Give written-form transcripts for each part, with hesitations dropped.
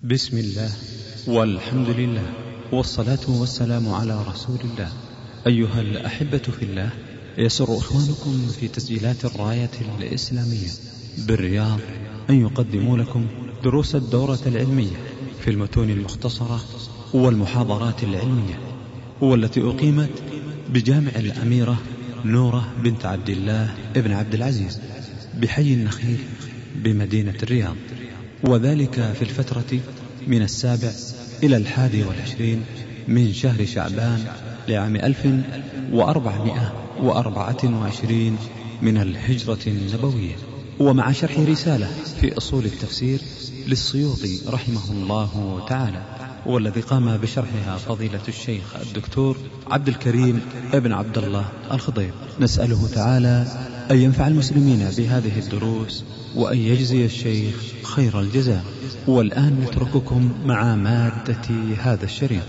بسم الله والحمد لله والصلاة والسلام على رسول الله. أيها الأحبة في الله، يسر إخوانكم في تسجيلات الراية الإسلامية بالرياض أن يقدموا لكم دروس الدورة العلمية في المتون المختصرة والمحاضرات العلمية، والتي أقيمت بجامع الأميرة نورة بنت عبد الله ابن عبد العزيز بحي النخيل بمدينة الرياض، وذلك في الفترة من 7 إلى 21 من شهر شعبان لعام 1424 من الهجرة النبوية، ومع شرح رسالة في أصول التفسير للسيوطي رحمه الله تعالى، والذي قام بشرحها فضيلة الشيخ الدكتور عبد الكريم ابن عبد الله الخضير. نسأله تعالى أن ينفع المسلمين بهذه الدروس وأن يجزي الشيخ خير الجزاء. والآن نترككم مع مادة هذا الشريط.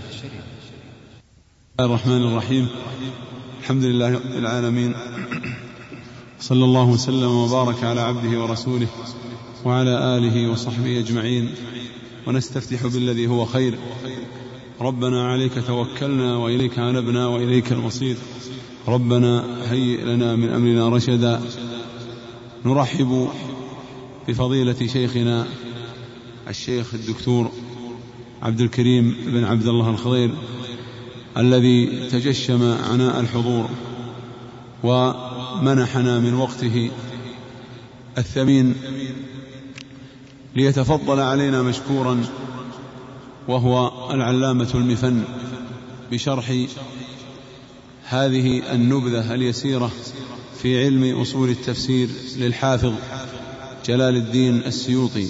الرحمن الرحيم. الحمد لله رب العالمين، صلى الله وسلم وبارك على عبده ورسوله وعلى آله وصحبه أجمعين، ونستفتح بالذي هو خير. ربنا عليك توكلنا وإليك أنبنا وإليك المصير. ربنا هيئ لنا من أمرنا رشدا. نرحب بفضيلة شيخنا الشيخ الدكتور عبد الكريم بن عبد الله الخضير، الذي تجشم عناء الحضور ومنحنا من وقته الثمين ليتفضل علينا مشكورا، وهو العلامة المفن، بشرح هذه النبذة اليسيرة في علم أصول التفسير للحافظ جلال الدين السيوطي.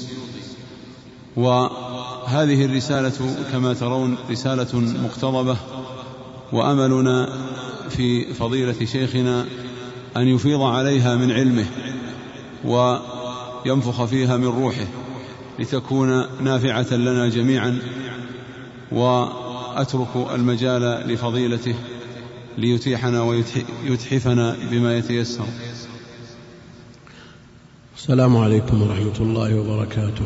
وهذه الرسالة كما ترون رسالة مقتضبة، وأملنا في فضيلة شيخنا أن يفيض عليها من علمه وينفخ فيها من روحه لتكون نافعة لنا جميعا. وأترك المجال لفضيلته ليتيحنا ويتحفنا بما يتيسر. السلام عليكم ورحمة الله وبركاته.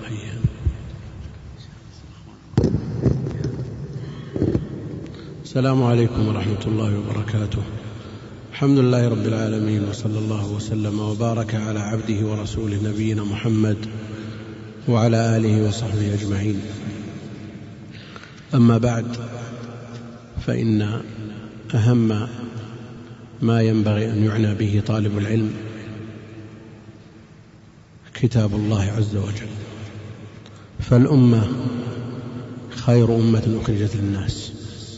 السلام عليكم ورحمة الله وبركاته. الحمد لله رب العالمين، وصلى الله وسلم وبارك على عبده ورسوله نبينا محمد وعلى آله وصحبه أجمعين. أما بعد، فإن أهم ما ينبغي أن يعنى به طالب العلم كتاب الله عز وجل، فالأمة خير أمة أخرجت للناس،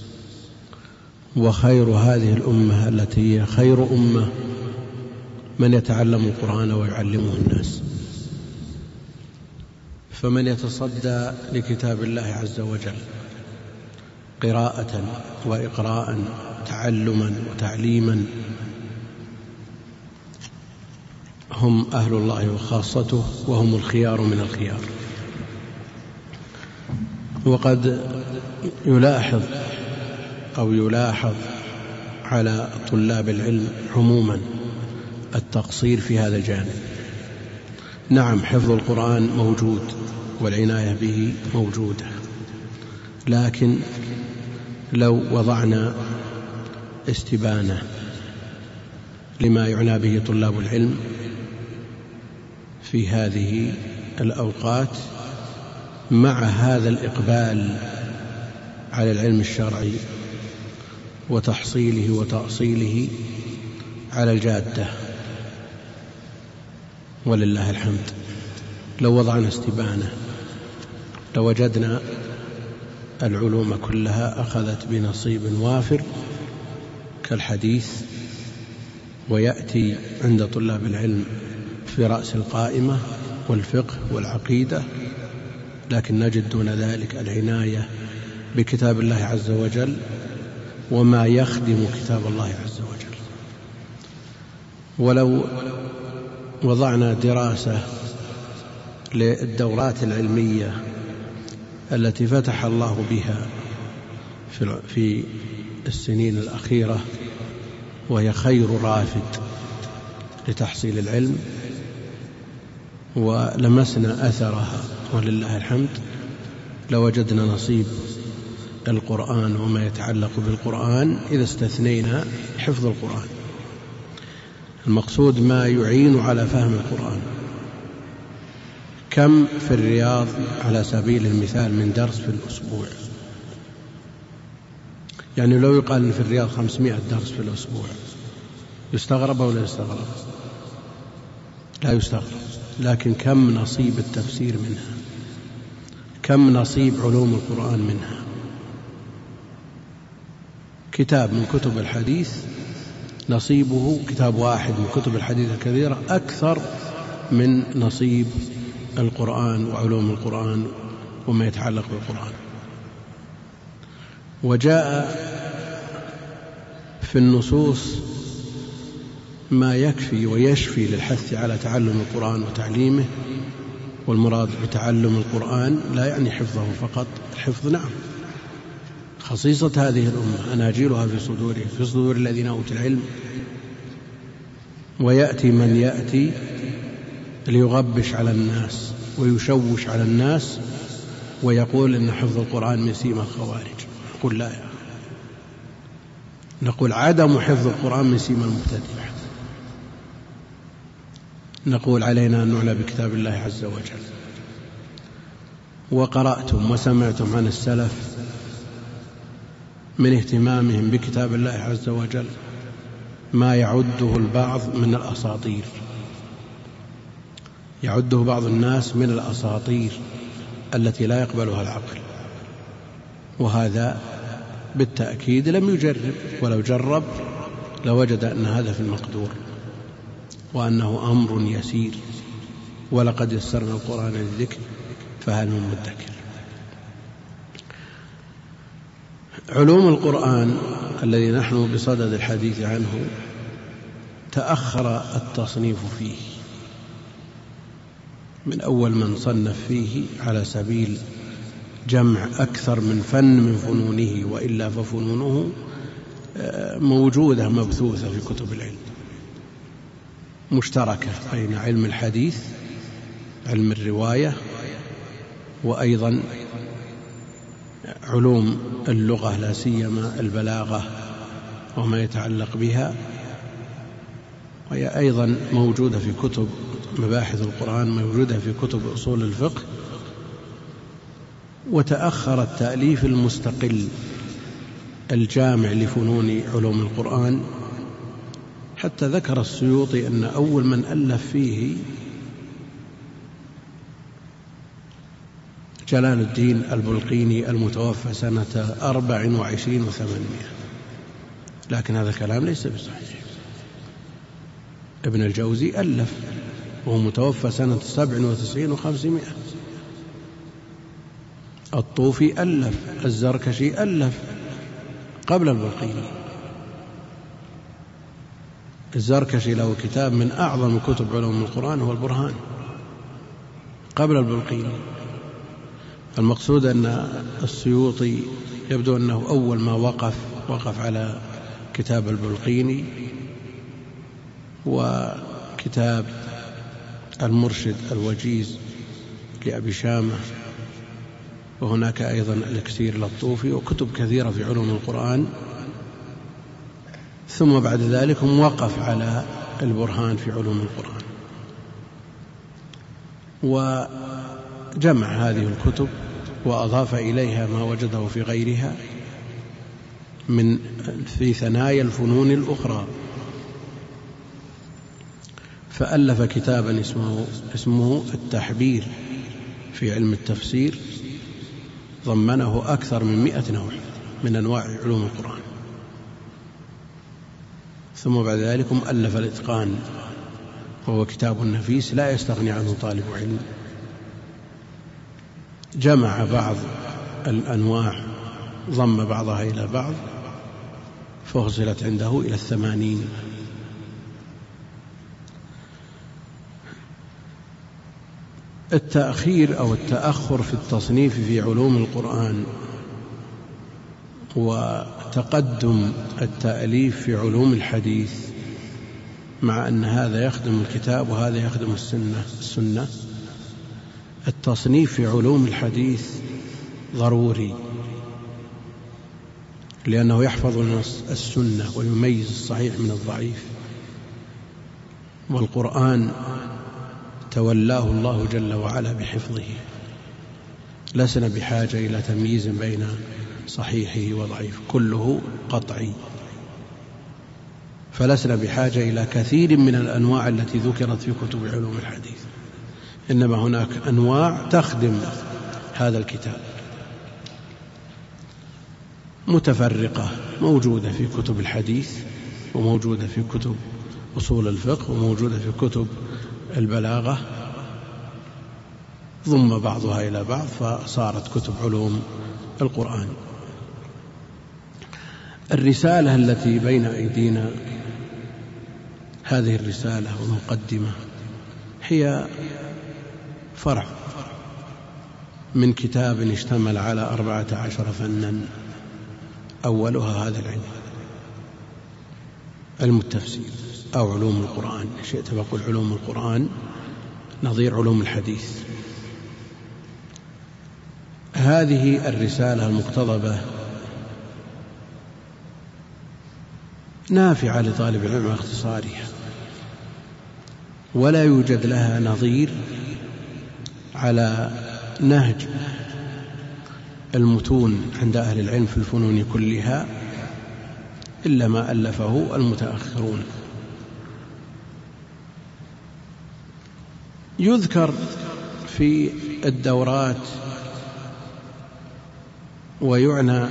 وخير هذه الأمة التي هي خير أمة من يتعلم القرآن ويعلمه الناس. فمن يتصدى لكتاب الله عز وجل قراءة وإقراء، تعلما وتعليما، هم أهل الله وخاصته، وهم الخيار من الخيار. وقد يلاحظ على طلاب العلم عموما التقصير في هذا الجانب. نعم، حفظ القرآن موجود والعناية به موجودة، لكن لو وضعنا استبانة لما يعنى به طلاب العلم في هذه الأوقات، مع هذا الإقبال على العلم الشرعي وتحصيله وتأصيله على الجادة ولله الحمد، لو وضعنا استبانة لوجدنا العلوم كلها أخذت بنصيب وافر كالحديث، ويأتي عند طلاب العلم في رأس القائمة والفقه والعقيدة، لكن نجد دون ذلك العناية بكتاب الله عز وجل وما يخدم كتاب الله عز وجل. ولو وضعنا دراسة للدورات العلمية التي فتح الله بها في السنين الأخيرة، وهي خير رافد لتحصيل العلم، ولمسنا أثرها ولله الحمد، لوجدنا نصيب القرآن وما يتعلق بالقرآن إذا استثنينا حفظ القرآن. المقصود ما يعين على فهم القرآن. كم في الرياض على سبيل المثال من درس في الأسبوع؟ يعني لو يقال إن في الرياض 500 درس في الأسبوع يستغرب أو لا يستغرب؟ لا يستغرب. لكن كم نصيب التفسير منها؟ كم نصيب علوم القرآن منها؟ كتاب من كتب الحديث نصيبه، كتاب واحد من كتب الحديث الكثيرة أكثر من نصيب القرآن وعلوم القرآن وما يتعلق بالقرآن. وجاء في النصوص ما يكفي ويشفي للحث على تعلم القرآن وتعليمه. والمراد بتعلم القرآن لا يعني حفظه فقط، الحفظ نعم خصيصة هذه الأمة، أناجيلها في صدورهم، في صدور الذين أوتوا العلم. ويأتي من يأتي ليغبش على الناس ويشوش على الناس ويقول إن حفظ القرآن من سيما الخوارج. نقول لا، نقول عدم حفظ القرآن من سيما المبتدعة. نقول علينا أن نعلى بكتاب الله عز وجل. وقرأتم وسمعتم عن السلف من اهتمامهم بكتاب الله عز وجل ما يعده البعض من الأساطير، يعده بعض الناس من الأساطير التي لا يقبلها العقل. وهذا بالتأكيد لم يجرب، ولو جرب لوجد أن هذا في المقدور وأنه أمر يسير. ولقد يسرنا القرآن للذكر فهل من مدكر. علوم القرآن الذي نحن بصدد الحديث عنه تأخر التصنيف فيه من أول من صنف فيه على سبيل جمع أكثر من فن من فنونه، وإلا ففنونه موجودة مبثوثة في كتب العلم مشتركة بين علم الحديث، علم الرواية، وأيضا علوم اللغة لا سيما البلاغة وما يتعلق بها، وهي أيضا موجودة في كتب مباحث القرآن، موجودة في كتب أصول الفقه. وتأخر التأليف المستقل الجامع لفنون علوم القرآن، حتى ذكر السيوطي أن أول من ألف فيه جلال الدين البلقيني المتوفى سنة 24 و800. لكن هذا الكلام ليس بصحيح. ابن الجوزي ألف وهو متوفى سنة 97 و500. الطوفي ألف، الزركشي ألف قبل البلقيني. الزركشي له كتاب من أعظم كتب علوم القرآن هو البرهان قبل البلقيني. المقصود أن السيوطي يبدو أنه أول ما وقف على كتاب البلقيني وكتاب المرشد الوجيز لأبي شامة، وهناك أيضا الإكسير للطوفي وكتب كثيرة في علوم القرآن. ثم بعد ذلك وقف على البرهان في علوم القرآن، وجمع هذه الكتب وأضاف إليها ما وجده في غيرها من في ثنايا الفنون الأخرى. فألف كتابا اسمه التحبير في علم التفسير، ضمنه أكثر من 100 نوع من أنواع علوم القرآن. ثم بعد ذلك ألف الإتقان، وهو كتاب نفيس لا يستغني عنه طالب علم. جمع بعض الأنواع، ضم بعضها إلى بعض، فغزلت عنده إلى 80. التأخير أو التأخر في التصنيف في علوم القرآن وتقدم التأليف في علوم الحديث، مع أن هذا يخدم الكتاب وهذا يخدم السنة. التصنيف في علوم الحديث ضروري، لأنه يحفظ السنة ويميز الصحيح من الضعيف، والقرآن تولاه الله جل وعلا بحفظه، لسنا بحاجة إلى تمييز بين صحيحه وضعيف، كله قطعي، فلسنا بحاجة إلى كثير من الأنواع التي ذكرت في كتب علوم الحديث، إنما هناك أنواع تخدم هذا الكتاب متفرقة، موجودة في كتب الحديث، وموجودة في كتب أصول الفقه، وموجودة في كتب البلاغة، ضم بعضها إلى بعض فصارت كتب علوم القرآن. الرسالة التي بين أيدينا، هذه الرسالة ومقدمة، هي فرع من كتاب اشتمل على 14 فنا، أولها هذا العلم، علم التفسير أو علوم القرآن، شئت بقول علوم القرآن نظير علوم الحديث. هذه الرسالة المقتضبة نافعة لطالب العلم على اختصارها، ولا يوجد لها نظير على نهج المتون عند أهل العلم في الفنون كلها إلا ما ألفه المتأخرون. يذكر في الدورات ويعنى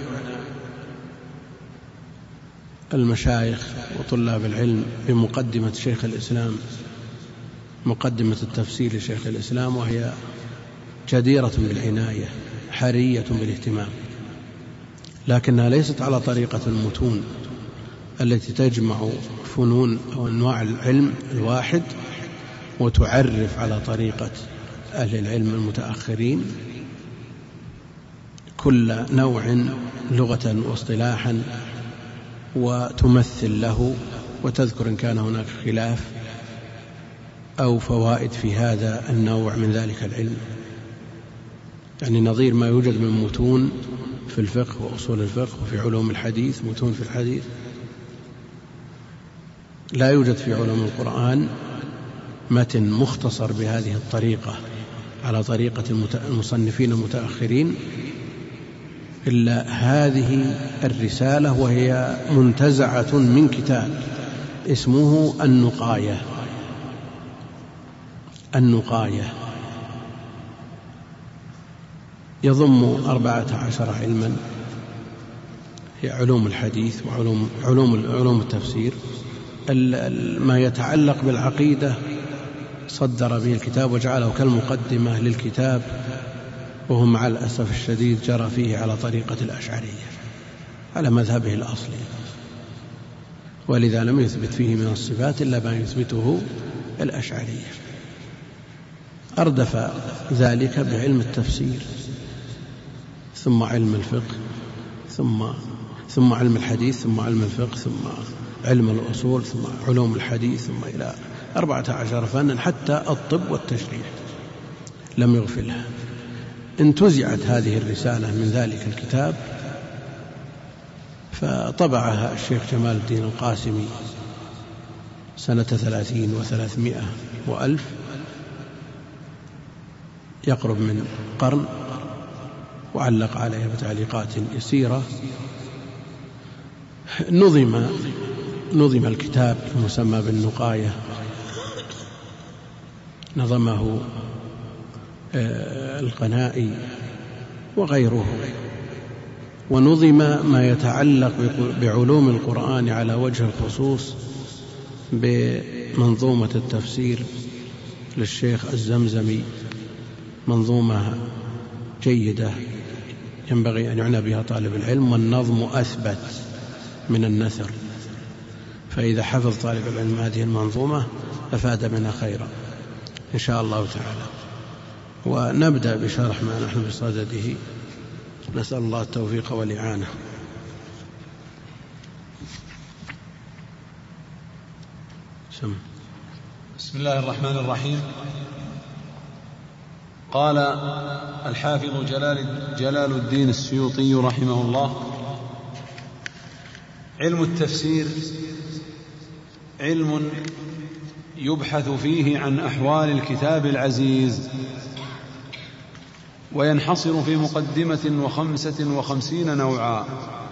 المشايخ وطلاب العلم بمقدمة شيخ الإسلام، مقدمة التفسير لشيخ الإسلام، وهي جديرة بالعناية حرية بالاهتمام، لكنها ليست على طريقة المتون التي تجمع فنون أو أنواع العلم الواحد وتعرف على طريقة أهل العلم المتأخرين كل نوع لغة واصطلاحا، وتمثل له وتذكر إن كان هناك خلاف أو فوائد في هذا النوع من ذلك العلم، يعني نظير ما يوجد من متون في الفقه وأصول الفقه وفي علوم الحديث، متون في الحديث، لا يوجد في علوم القرآن متن مختصر بهذه الطريقة على طريقة المصنفين المتأخرين إلا هذه الرسالة، وهي منتزعة من كتاب اسمه النقاية، يضم 14 علما، هي علوم الحديث وعلوم التفسير. ما يتعلق بالعقيدة صدر به الكتاب وجعله كالمقدمة للكتاب، وهو مع الأسف الشديد جرى فيه على طريقة الأشعرية على مذهبه الأصلي، ولذا لم يثبت فيه من الصفات إلا ما يثبته الأشعرية. أردف ذلك بعلم التفسير، ثم علم الفقه، ثم علم الحديث، ثم علم الفقه، ثم علم الأصول، ثم علوم الحديث، ثم إلى 14 فنا، حتى الطب والتشريح لم يغفلها. انتزعت هذه الرسالة من ذلك الكتاب، فطبعها الشيخ جمال الدين القاسمي سنة 30 و300 و1000، يقرب من قرن، وعلق عليها بتعليقات يسيرة. نظم الكتاب المسمى بالنقاية، نظمه القنائي وغيره، ونظم ما يتعلق بعلوم القرآن على وجه الخصوص بمنظومة التفسير للشيخ الزمزمي، منظومة جيدة ينبغي أن يعنى بها طالب العلم، والنظم أثبت من النثر، فإذا حفظ طالب العلم هذه المنظومة أفاد منها خيرا إن شاء الله تعالى. ونبدأ بشرح ما نحن بصدده، نسأل الله التوفيق والإعانة. بسم الله الرحمن الرحيم. قال الحافظ جلال الدين السيوطي رحمه الله: علم التفسير علم يبحث فيه عن أحوال الكتاب العزيز، وينحصر في مقدمة 55 نوعا.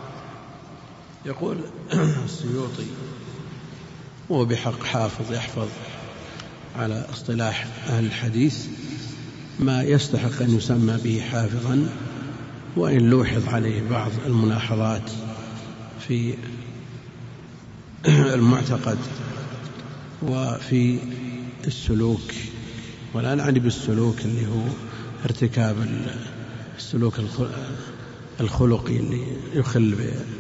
يقول السيوطي: هو بحق حافظ يحفظ على اصطلاح أهل الحديث ما يستحق أن يسمى به حافظا، وإن لوحظ عليه بعض الملاحظات في المعتقد وفي السلوك. ولا نعني بالسلوك اللي هو ارتكاب السلوك الخلقي اللي يخل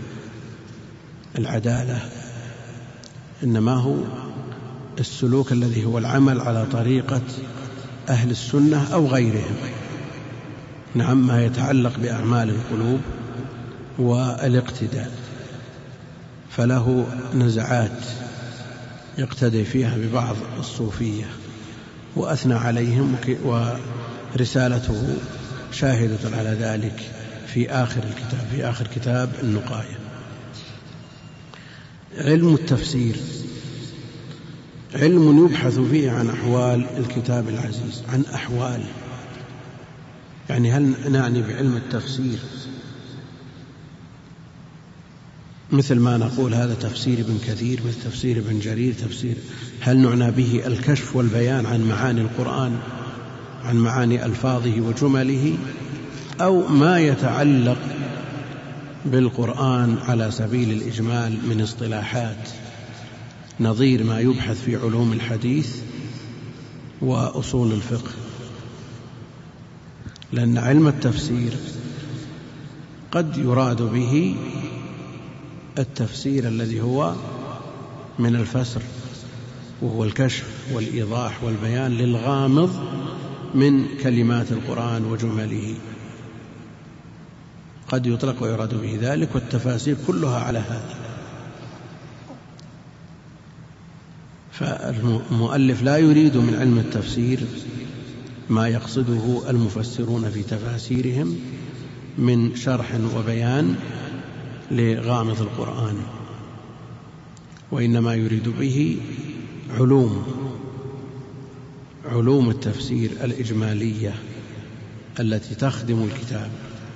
بالعدالة، إنما هو السلوك الذي هو العمل على طريقة أهل السنة أو غيرهم. نعم، ما يتعلق بأعمال القلوب والاقتداء، فله نزعات يقتدي فيها ببعض الصوفية وأثنى عليهم، ورسالته شاهدة على ذلك في آخر كتاب النقاية. علم التفسير علم يبحث فيه عن أحوال الكتاب العزيز. عن أحوال، يعني هل نعني بعلم التفسير مثل ما نقول هذا تفسير ابن كثير، مثل تفسير ابن جرير، هل نعنى به الكشف والبيان عن معاني القرآن، عن معاني ألفاظه وجمله، أو ما يتعلق بالقرآن على سبيل الإجمال من اصطلاحات نظير ما يبحث في علوم الحديث وأصول الفقه؟ لأن علم التفسير قد يراد به التفسير الذي هو من الفسر، وهو الكشف والإيضاح والبيان للغامض من كلمات القرآن وجمله، قد يطلق ويراد به ذلك، والتفاسير كلها على هذا. فالمؤلف لا يريد من علم التفسير ما يقصده المفسرون في تفاسيرهم من شرح وبيان لغامض القرآن، وإنما يريد به علوم التفسير الإجمالية التي تخدم الكتاب،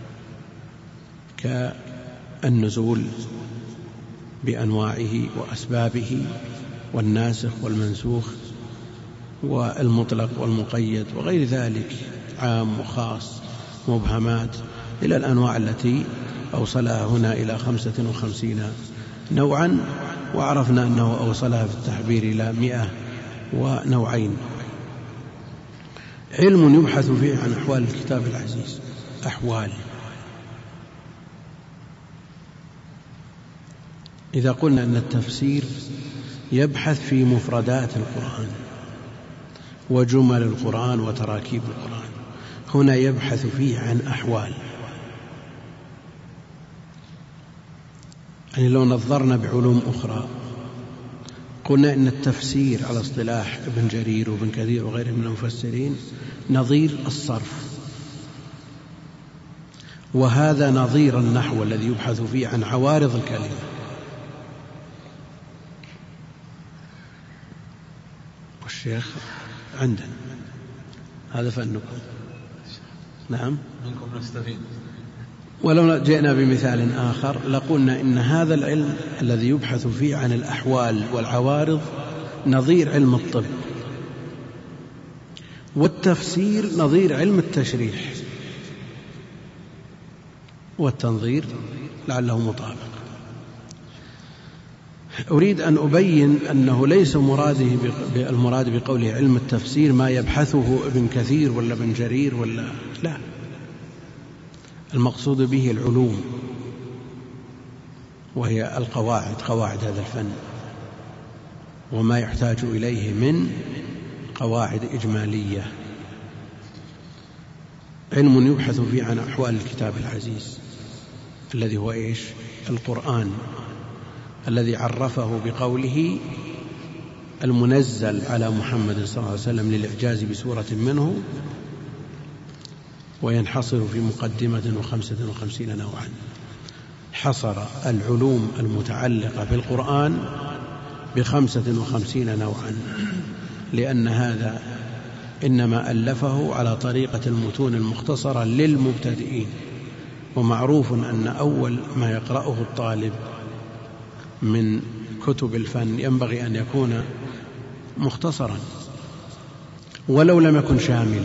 كالنزول بأنواعه وأسبابه، والناسخ والمنسوخ، والمطلق والمقيد، وغير ذلك، عام وخاص، مبهمات، إلى الأنواع التي أوصلها هنا إلى 55 نوعا، وعرفنا أنه أوصلها في التحبير إلى 102. علم يبحث فيه عن أحوال الكتاب العزيز. أحوال، إذا قلنا أن التفسير يبحث في مفردات القرآن وجمل القرآن وتراكيب القرآن، هنا يبحث فيه عن أحوال. يعني لو نظرنا بعلوم أخرى قلنا إن التفسير على اصطلاح ابن جرير وابن كثير وغيرهم من المفسرين نظير الصرف، وهذا نظير النحو الذي يبحث فيه عن عوارض الكلمة. والشيخ عندنا هذا فنكم. نعم، منكم نستفيد. ولو جئنا بمثال آخر لقلنا إن هذا العلم الذي يبحث فيه عن الأحوال والعوارض نظير علم الطب، والتفسير نظير علم التشريح والتنظير، لعله مطابق. أريد أن أبين أنه ليس المراد بقوله علم التفسير ما يبحثه ابن كثير ولا ابن جرير ولا لا، المقصود به العلوم، وهي القواعد، قواعد هذا الفن، وما يحتاج إليه من قواعد إجمالية. علم يبحث فيه عن أحوال الكتاب العزيز الذي هو إيش؟ القرآن، الذي عرفه بقوله المنزل على محمد صلى الله عليه وسلم للإعجاز بسورة منه وينحصر في مقدمة 55 نوعا. حصر العلوم المتعلقة بالقرآن 55 نوعا، لأن هذا إنما ألفه على طريقة المتون المختصرة للمبتدئين، ومعروف أن أول ما يقرأه الطالب من كتب الفن ينبغي أن يكون مختصرا ولو لم يكن شاملا.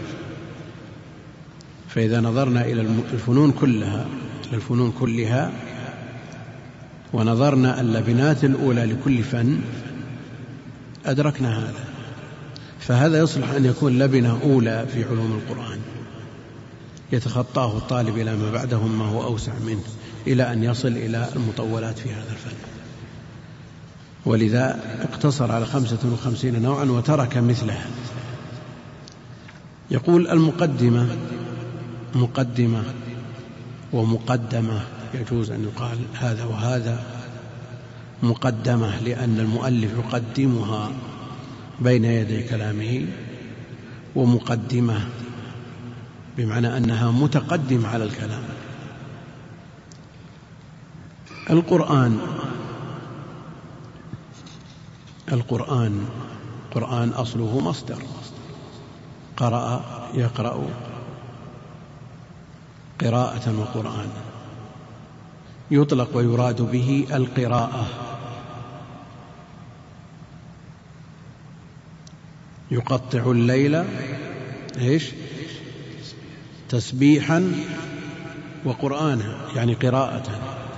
فإذا نظرنا إلى الفنون كلها ونظرنا اللبنات الأولى لكل فن أدركنا هذا. فهذا يصلح أن يكون لبنة أولى في علوم القرآن يتخطاه الطالب إلى ما بعده ما هو أوسع منه، إلى أن يصل إلى المطولات في هذا الفن. ولذا اقتصر على 55 نوعا وترك مثلها. يقول المقدمة مقدمة ومقدمة، يجوز أن يقال هذا وهذا. مقدمة لأن المؤلف يقدمها بين يدي كلامه، ومقدمة بمعنى أنها متقدمة على الكلام. القرآن أصله مصدر، قرأ يقرأ قراءة وقرآن، يطلق ويراد به القراءة. يقطع الليل تسبيحا وقرآنا، يعني قراءة.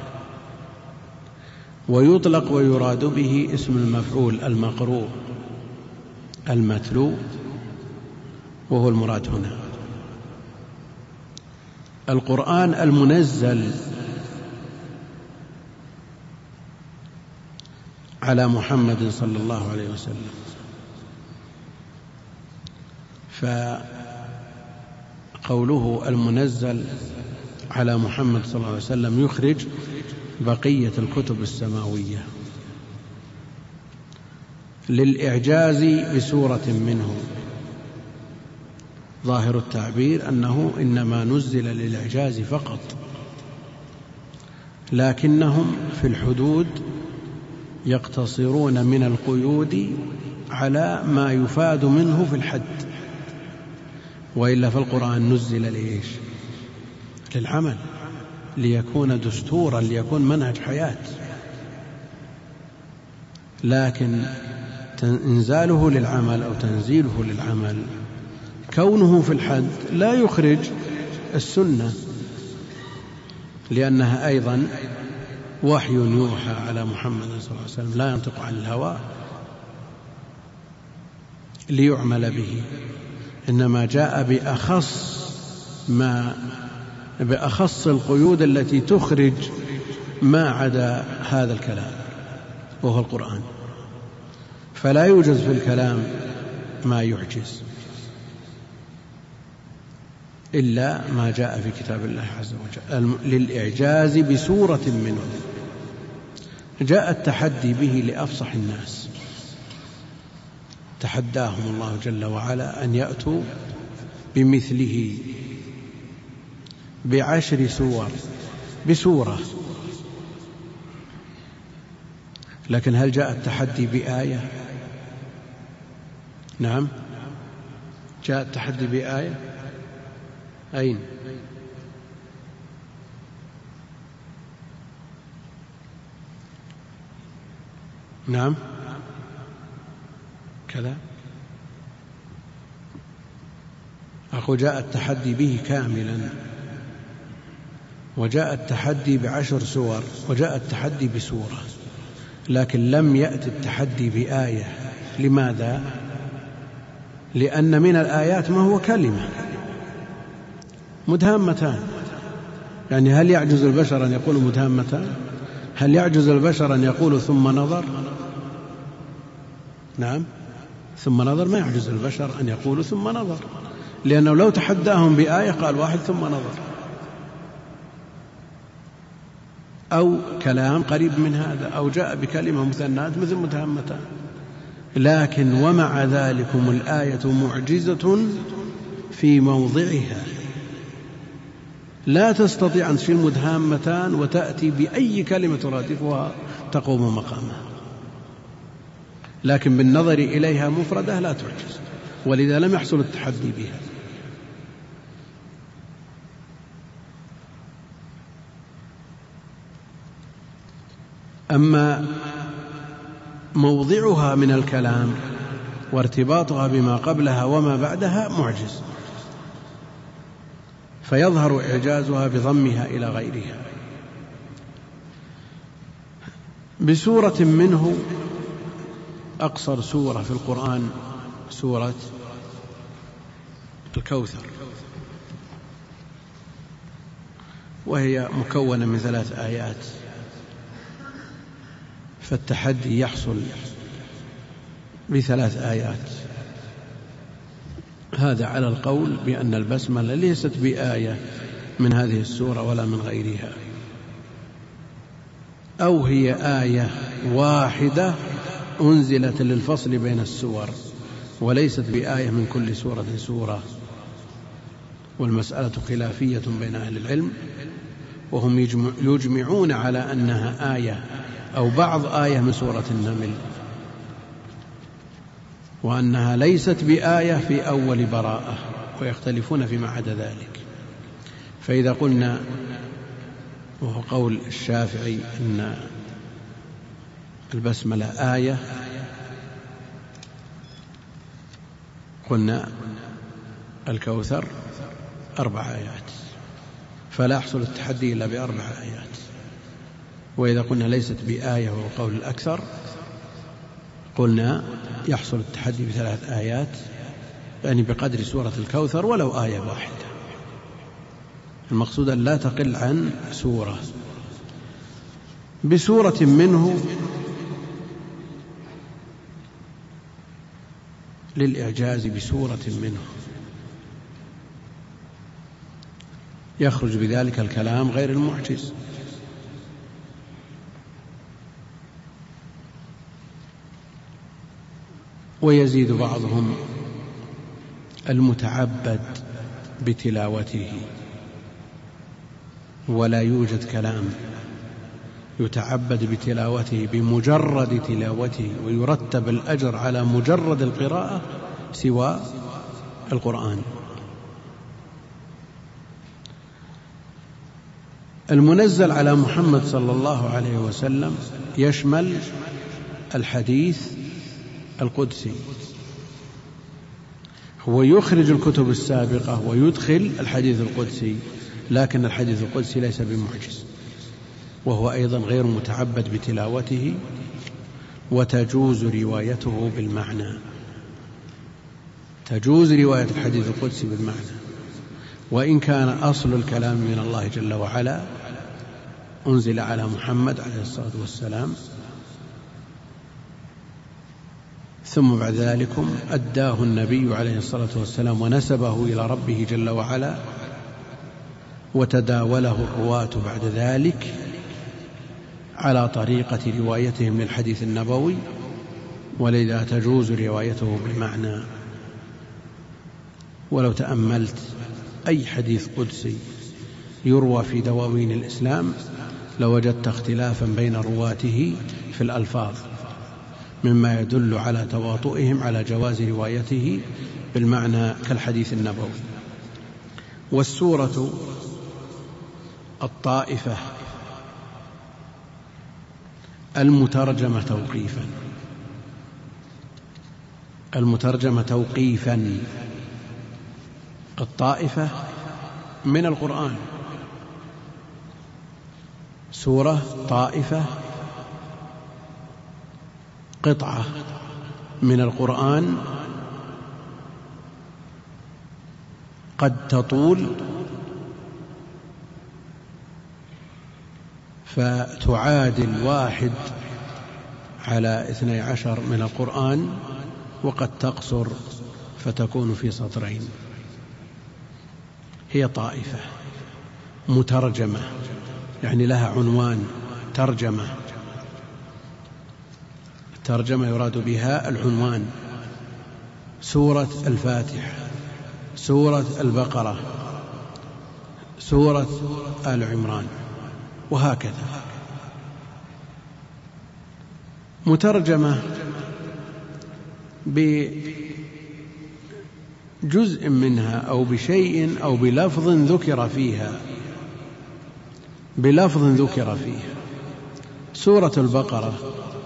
ويطلق ويراد به اسم المفعول المقروء المتلو، وهو المراد هنا. القرآن المنزل على محمد صلى الله عليه وسلم، فقوله المنزل على محمد صلى الله عليه وسلم يخرج بقية الكتب السماوية للإعجاز بسورة منه. ظاهر التعبير أنه إنما نزل للإعجاز فقط، لكنهم في الحدود يقتصرون من القيود على ما يفاد منه في الحد، وإلا فالقرآن نزل لإيش؟ للعمل، ليكون دستورا، ليكون منهج حياة. لكن إنزاله للعمل أو تنزيله للعمل، كونه في الحد لا يخرج السنة، لأنها أيضا وحي يوحى على محمد صلى الله عليه وسلم، لا ينطق عن الهوى ليعمل به، إنما جاء بأخص القيود التي تخرج ما عدا هذا الكلام، وهو القرآن. فلا يوجد في الكلام ما يعجز إلا ما جاء في كتاب الله عز وجل للإعجاز بسورة منه. جاء التحدي به لأفصح الناس، تحداهم الله جل وعلا أن يأتوا بمثله ب10 سور بسورة. لكن هل جاء التحدي بآية؟ نعم، جاء التحدي بآية. أين؟ نعم كذا أقول جاء التحدي به كاملا، وجاء التحدي ب10 سور، وجاء التحدي بسورة، لكن لم يأتي التحدي بآية. لماذا؟ لأن من الآيات ما هو كلمة مدهامتان. يعني هل يعجز البشر أن يقول مدهامتان؟ هل يعجز البشر أن يقول ثم نظر؟ نعم، ثم نظر ما يعجز البشر أن يقول ثم نظر، لأنه لو تحداهم بآية قال واحد ثم نظر، أو كلام قريب من هذا، أو جاء بكلمة مثنات مثل مدهامتان. لكن ومع ذلك الآية معجزة في موضعها، لا تستطيع أن تشيل مدهامتان وتأتي بأي كلمة ترادفها تقوم مقامها، لكن بالنظر إليها مفردة لا تعجز، ولذا لم يحصل التحدي بها. أما موضعها من الكلام وارتباطها بما قبلها وما بعدها معجز، فيظهر إعجازها بضمها إلى غيرها. بسورة منه، أقصر سورة في القرآن سورة الكوثر، وهي مكونة من 3 آيات، فالتحدي يحصل ب3 آيات. هذا على القول بأن البسملة ليست بآية من هذه السورة ولا من غيرها، أو هي آية واحدة أنزلت للفصل بين السور، وليست بآية من كل سورة سورة. والمسألة خلافية بين أهل العلم، وهم يجمعون على أنها آية أو بعض آية من سورة النمل، وأنها ليست بآية في أول براءة، ويختلفون فيما عدا ذلك. فإذا قلنا، وهو قول الشافعي، أن البسملة آية، قلنا الكوثر 4 آيات، فلا يحصل التحدي إلا ب4 آيات. وإذا قلنا ليست بآية، وهو قول الأكثر، قلنا يحصل التحدي ب3 آيات، يعني بقدر سورة الكوثر ولو آية واحدة. المقصود أن لا تقل عن سورة. بسورة منه للإعجاز، بسورة منه يخرج بذلك الكلام غير المعجز. ويزيد بعضهم المتعبد بتلاوته، ولا يوجد كلام يتعبد بتلاوته بمجرد تلاوته ويرتب الأجر على مجرد القراءة سوى القرآن. المنزل على محمد صلى الله عليه وسلم يشمل الحديث القدسي، هو يخرج الكتب السابقة ويدخل الحديث القدسي، لكن الحديث القدسي ليس بمعجز، وهو أيضا غير متعبد بتلاوته، وتجوز روايته بالمعنى، تجوز رواية الحديث القدسي بالمعنى، وإن كان أصل الكلام من الله جل وعلا أنزل على محمد عليه الصلاة والسلام، ثم بعد ذلك أداه النبي عليه الصلاة والسلام ونسبه إلى ربه جل وعلا، وتداوله الرواة بعد ذلك على طريقة روايتهم للحديث النبوي، ولذا تجوز روايته بالمعنى. ولو تأملت أي حديث قدسي يروى في دواوين الإسلام لوجدت اختلافا بين رواته في الألفاظ، مما يدل على تواطؤهم على جواز روايته بالمعنى كالحديث النبوي. والسورة الطائفة المترجمة توقيفا، الطائفة من القرآن، سورة طائفة قطعة من القرآن قد تطول فتعادل 1/12 من القرآن، وقد تقصر فتكون في 2 سطر. هي طائفة مترجمة، يعني لها عنوان ترجمة. الترجمة يراد بها العنوان. سورة الفاتحة، سورة البقرة، سورة آل عمران، وهكذا. مترجمة بجزء منها أو بشيء أو بلفظ ذكر فيها، سورة البقرة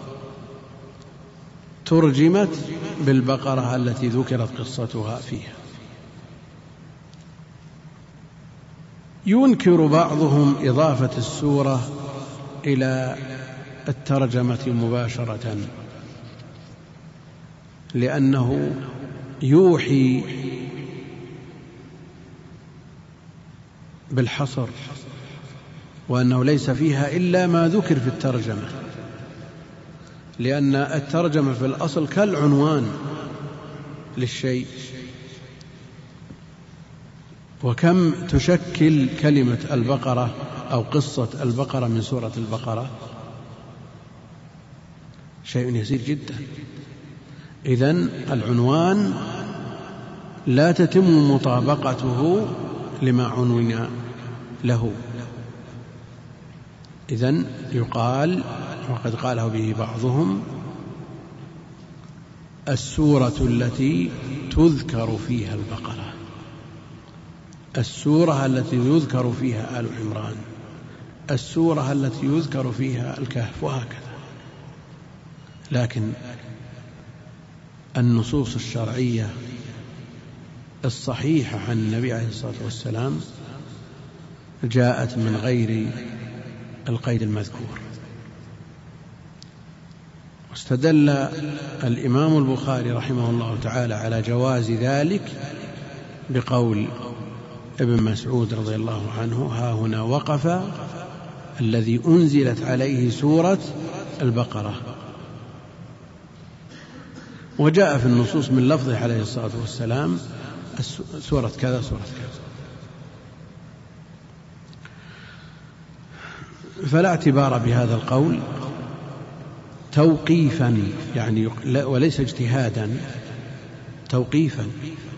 ترجمت بالبقرة التي ذكرت قصتها فيها. ينكر بعضهم إضافة السورة إلى الترجمة مباشرة، لأنه يوحي بالحصر، وأنه ليس فيها إلا ما ذكر في الترجمة، لأن الترجمة في الأصل كالعنوان للشيء. وكم تشكل كلمة البقرة أو قصة البقرة من سورة البقرة؟ شيء يسير جدا. إذن العنوان لا تتم مطابقته لما عنون له. إذن يقال، وقد قاله به بعضهم، السورة التي تذكر فيها البقرة، السورة التي يذكر فيها آل عمران، السورة التي يذكر فيها الكهف، وهكذا. لكن النصوص الشرعية الصحيحة عن النبي عليه الصلاة والسلام جاءت من غير القيد المذكور. واستدل الإمام البخاري رحمه الله تعالى على جواز ذلك بقول ابن مسعود رضي الله عنه: ها هنا وقف الذي أنزلت عليه سورة البقرة. وجاء في النصوص من لفظه عليه الصلاة والسلام سورة كذا سورة كذا. فلا اعتبار بهذا القول توقيفا، يعني وليس اجتهادا، توقيفا.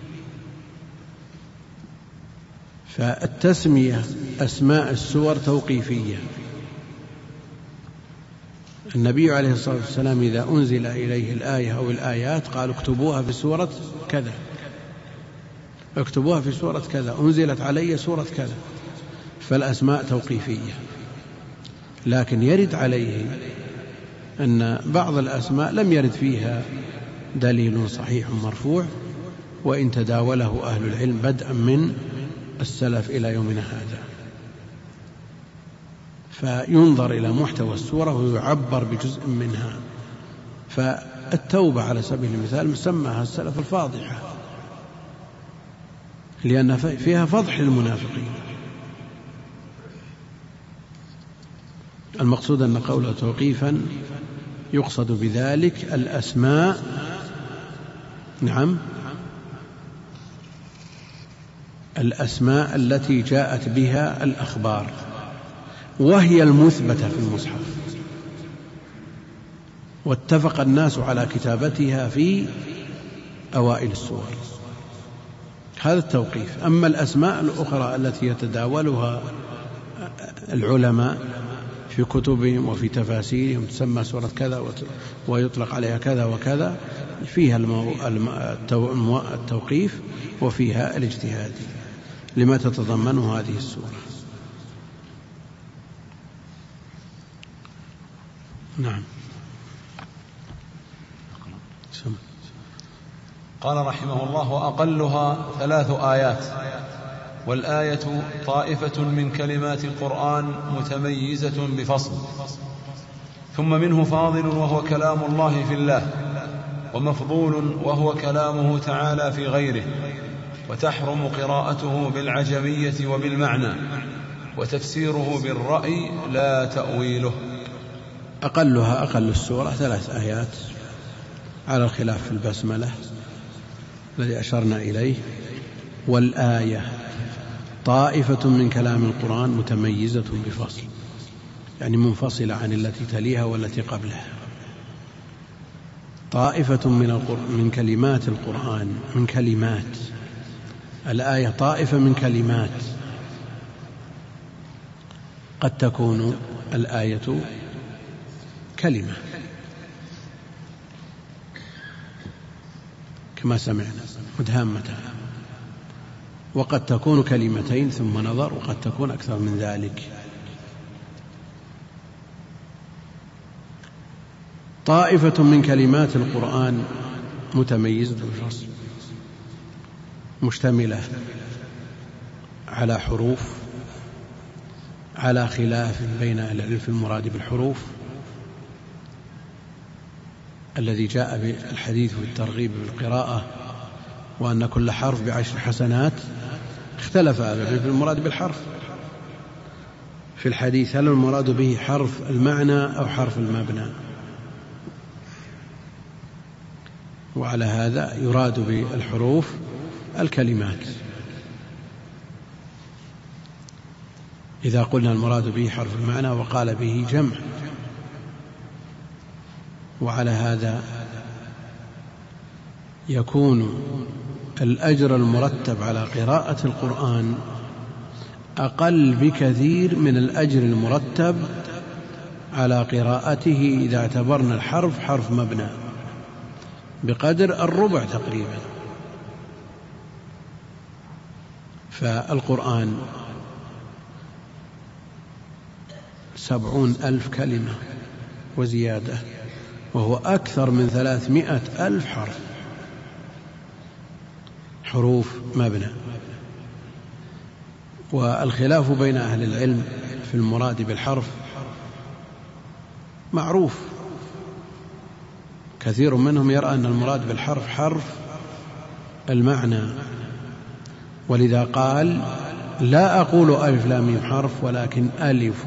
فالتسمية أسماء السور توقيفية. النبي عليه الصلاة والسلام إذا أنزل إليه الآية أو الآيات قالوا اكتبوها في سورة كذا، اكتبوها في سورة كذا، أنزلت علي سورة كذا. فالأسماء توقيفية. لكن يرد عليه أن بعض الأسماء لم يرد فيها دليل صحيح مرفوع، وإن تداوله أهل العلم بدءا من السلف إلى يومنا هذا. فينظر إلى محتوى السورة ويعبر بجزء منها. فالتوبة على سبيل المثال سماها السلف الفاضحة، لأن فيها فضح للمنافقين. المقصود أن قوله توقيفا يقصد بذلك الأسماء، نعم، الأسماء التي جاءت بها الأخبار، وهي المثبتة في المصحف، واتفق الناس على كتابتها في أوائل السور. هذا التوقيف. أما الأسماء الأخرى التي يتداولها العلماء في كتبهم وفي تفاسيرهم تسمى سورة كذا ويطلق عليها كذا وكذا، فيها التوقيف وفيها الاجتهاد لما تتضمنه هذه السورة. نعم. قال رحمه الله: وأقلها 3 آيات، والآية طائفة من كلمات القرآن متميزة بفصل، ثم منه فاضل وهو كلام الله في الله، ومفضول وهو كلامه تعالى في غيره، وتحرم قراءته بالعجمية وبالمعنى، وتفسيره بالرأي لا تأويله. أقلها أقل السورة 3 آيات على الخلاف في البسملة الذي أشرنا إليه. والآية طائفة من كلام القرآن متميزة بفصل، يعني منفصلة عن التي تليها والتي قبلها. طائفة من كلمات القرآن، من كلمات الآية طائفة من كلمات، قد تكون الآية كلمة كما سمعنا مدهامتها، وقد تكون كلمتين ثم نظر، وقد تكون أكثر من ذلك. طائفة من كلمات القرآن متميزة بالفصل، مشتملة على حروف، على خلاف بين أهل العلم في المراد بالحروف الذي جاء بالحديث والترغيب بالقراءة وأن كل حرف ب10 حسنات. اختلف أهل العلم في المراد بالحرف في الحديث، هل المراد به حرف المعنى أو حرف المبنى؟ وعلى هذا يراد بالحروف الكلمات. إذا قلنا المراد به حرف المعنى وقال به جمع. وعلى هذا يكون الأجر المرتب على قراءة القرآن أقل بكثير من الأجر المرتب على قراءته إذا اعتبرنا الحرف حرف مبنى، بقدر الربع تقريبا. فالقرآن 70,000 كلمة وزيادة، وهو أكثر من 300,000 حرف، حروف مبنى. والخلاف بين أهل العلم في المراد بالحرف معروف، كثير منهم يرى أن المراد بالحرف حرف المعنى، ولذا قال لا أقول ألف لام ميم حرف ولكن ألف،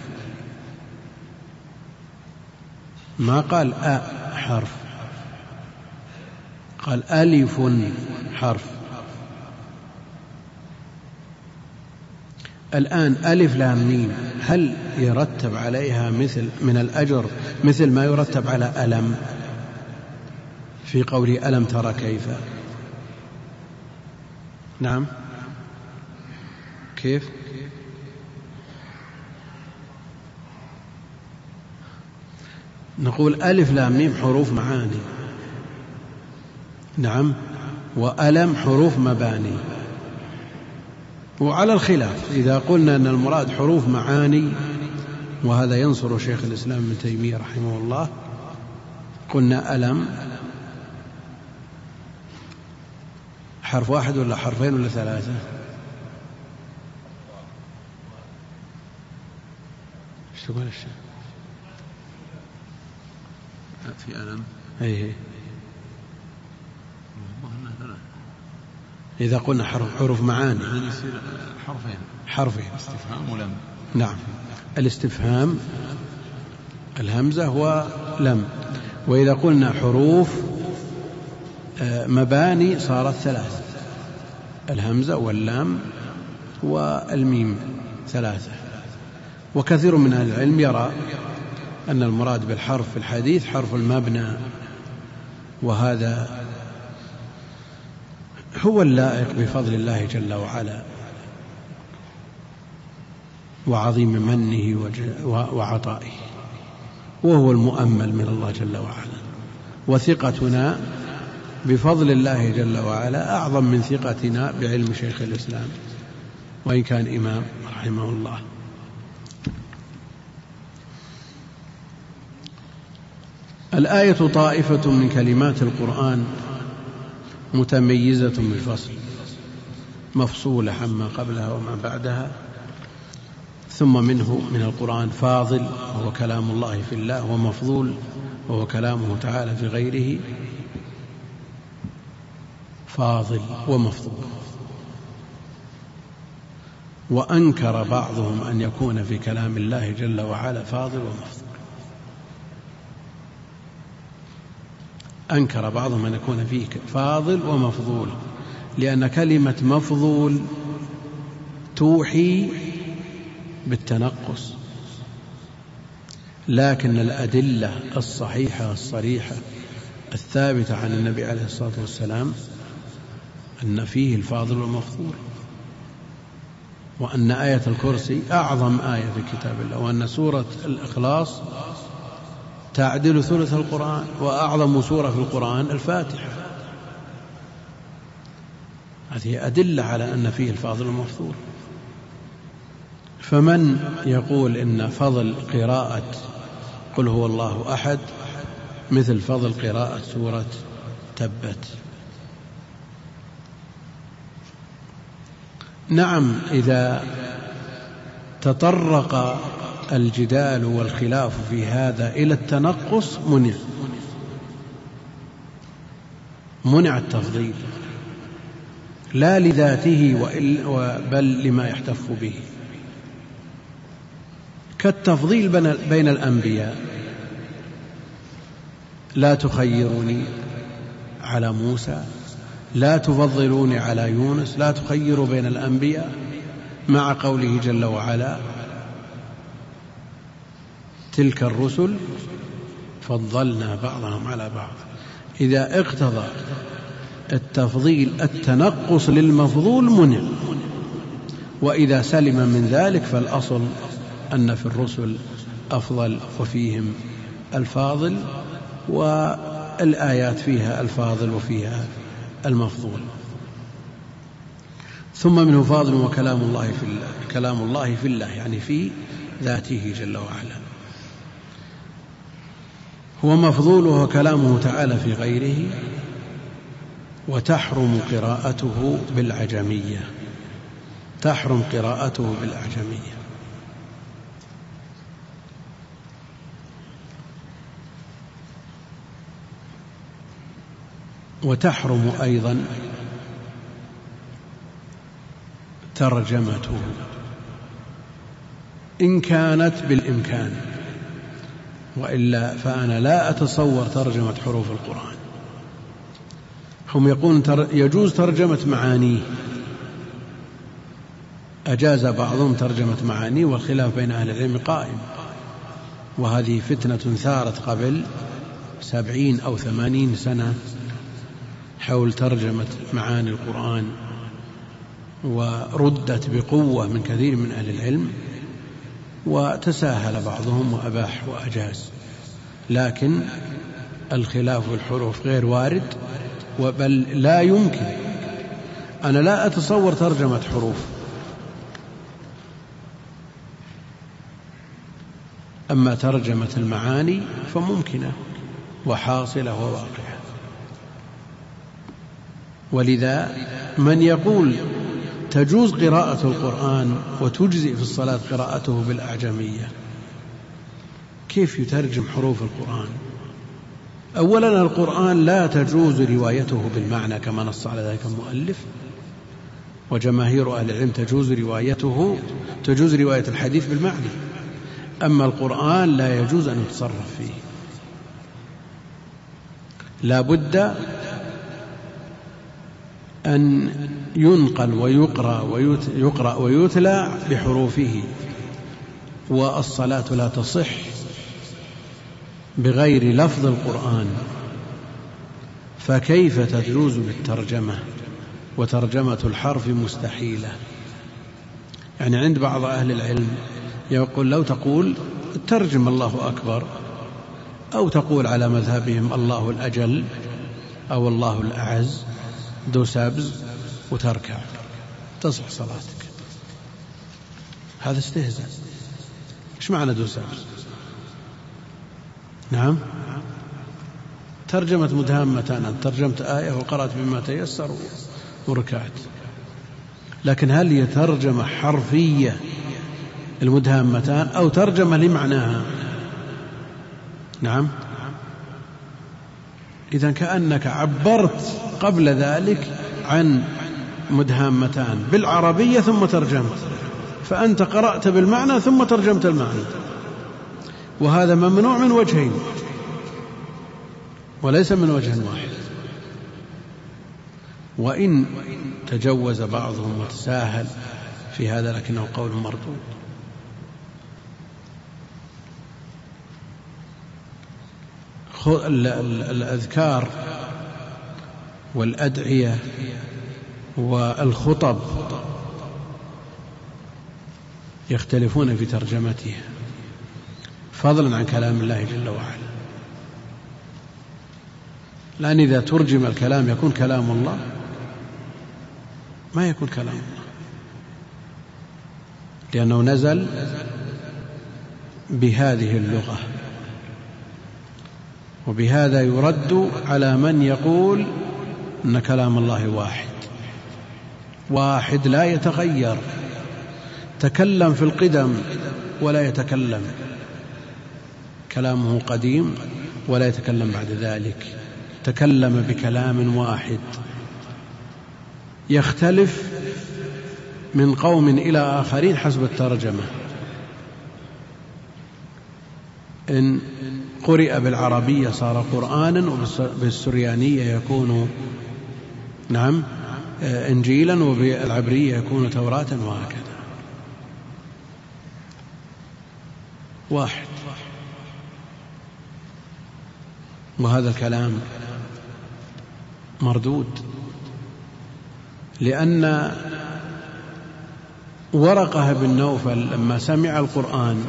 ما قال حرف، قال ألف حرف. الآن ألف لام ميم هل يرتب عليها مثل من الأجر مثل ما يرتب على ألم في قوله ألم ترى كيف؟ نعم، كيف؟ نقول ألف لام ميم حروف معاني، نعم، وألم حروف مباني. وعلى الخلاف إذا قلنا أن المراد حروف معاني، وهذا ينصر شيخ الإسلام ابن تيمية رحمه الله، قلنا ألم حرف واحد ولا حرفين ولا ثلاثة؟ ايش تقول الشيخ؟ في ألم أيه. إذا قلنا حروف معاني يصير حرفين استفهام ولم. نعم، الاستفهام الهمزة ولم. وإذا قلنا حروف مباني صارت 3، الهمزة واللام والميم 3. وكثير من أهل العلم يرى أن المراد بالحرف في الحديث حرف المبنى، وهذا هو اللائق بفضل الله جل وعلا وعظيم منه وعطائه، وهو المؤمل من الله جل وعلا. وثقتنا بفضل الله جل وعلا أعظم من ثقتنا بعلم شيخ الإسلام وإن كان إمام رحمه الله. الآية طائفة من كلمات القرآن متميزة بالفصل، مفصولة عما قبلها وما بعدها. ثم منه من القرآن فاضل وهو كلام الله في الله، ومفضول وهو كلامه تعالى في غيره. فاضل ومفضول. وأنكر بعضهم أن يكون في كلام الله جل وعلا فاضل ومفضول، أنكر بعضهم أن يكون فيه فاضل ومفضول، لأن كلمة مفضول توحي بالتنقص، لكن الأدلة الصحيحة الصريحة الثابتة عن النبي عليه الصلاة والسلام أن فيه الفاضل والمفضول. وأن آية الكرسي أعظم آية في كتاب الله، وأن سورة الإخلاص تعدل ثلث القرآن، وأعظم سورة في القرآن الفاتحة. هذه أدلة على أن فيه الفاضل المفضول. فمن يقول إن فضل قراءة قل هو الله أحد مثل فضل قراءة سورة تبت، نعم، إذا تطرق الجدال والخلاف في هذا إلى التنقص منع التفضيل، لا لذاته بل لما يحتف به، كالتفضيل بين الأنبياء. لا تخيروني على موسى، لا تفضلوني على يونس، لا تخيروا بين الأنبياء، مع قوله جل وعلا تلك الرسل فضلنا بعضهم على بعض. إذا اقتضى التفضيل التنقص للمفضول منع، وإذا سلم من ذلك فالأصل أن في الرسل أفضل وفيهم الفاضل، والآيات فيها الفاضل وفيها المفضول. ثم منه فاضل وكلام الله في الله، كلام الله في الله يعني في ذاته جل وعلا، هو مفضول وهو كلامه تعالى في غيره. وتحرم قراءته بالعجمية، تحرم قراءته بالأعجمية. وتحرم أيضا ترجمته إن كانت بالإمكان، وإلا فأنا لا أتصور ترجمة حروف القرآن. هم يقولون يجوز ترجمة معانيه، أجاز بعضهم ترجمة معانيه، والخلاف بين أهل العلم قائم، وهذه فتنة ثارت قبل 70 أو 80 سنة حول ترجمة معاني القرآن، وردت بقوة من كثير من أهل العلم، وتساهل بعضهم وأباح وأجاز. لكن الخلاف في الحروف غير وارد، بل لا يمكن، أنا لا أتصور ترجمة حروف. أما ترجمة المعاني فممكنة وحاصلة وواقعة. ولذا من يقول تجوز قراءة القرآن وتجزئ في الصلاة قراءته بالأعجمية، كيف يترجم حروف القرآن؟ أولا القرآن لا تجوز روايته بالمعنى كما نص على ذلك المؤلف، وجماهير أهل العلم تجوز رواية الحديث بالمعنى. أما القرآن لا يجوز أن يتصرف فيه، لا بد أن ينقل ويقرأ ويتلى بحروفه، والصلاة لا تصح بغير لفظ القرآن، فكيف تجوز بالترجمة؟ وترجمة الحرف مستحيلة. يعني عند بعض أهل العلم يقول لو تقول ترجم الله أكبر، أو تقول على مذهبهم الله الأجل أو الله الأعز دو سابز وتركع تصح صلاتك. هذا استهزاء. إيش معنى دو سابز؟ نعم، ترجمة مدهامتان، أن ترجمت آية وقرأت بما تيسر وركعت. لكن هل هي ترجمة حرفية المدهامتان أو ترجمة لمعناها؟ نعم. إذن كأنك عبرت قبل ذلك عن مدهامتان بالعربية ثم ترجمت، فأنت قرأت بالمعنى ثم ترجمت المعنى، وهذا ممنوع من وجهين وليس من وجه واحد. وإن تجوز بعضهم وتساهل في هذا لكنه قول مردود. الأذكار والأدعية والخطب يختلفون في ترجمتها فضلا عن كلام الله جل وعلا. لأن إذا ترجم الكلام يكون كلام الله، ما يكون كلام الله، لأنه نزل بهذه اللغة. وبهذا يرد على من يقول أن كلام الله واحد لا يتغير، تكلم في القدم ولا يتكلم، كلامه قديم ولا يتكلم بعد ذلك، تكلم بكلام واحد يختلف من قوم إلى آخرين حسب الترجمة. إن قرئ بالعربية صار قرآنا، وبالسريانية يكون إنجيلا، وبالعبرية يكون توراة، وهكذا. واحد. وهذا الكلام مردود، لأن ورقة بن نوفل لما سمع القرآن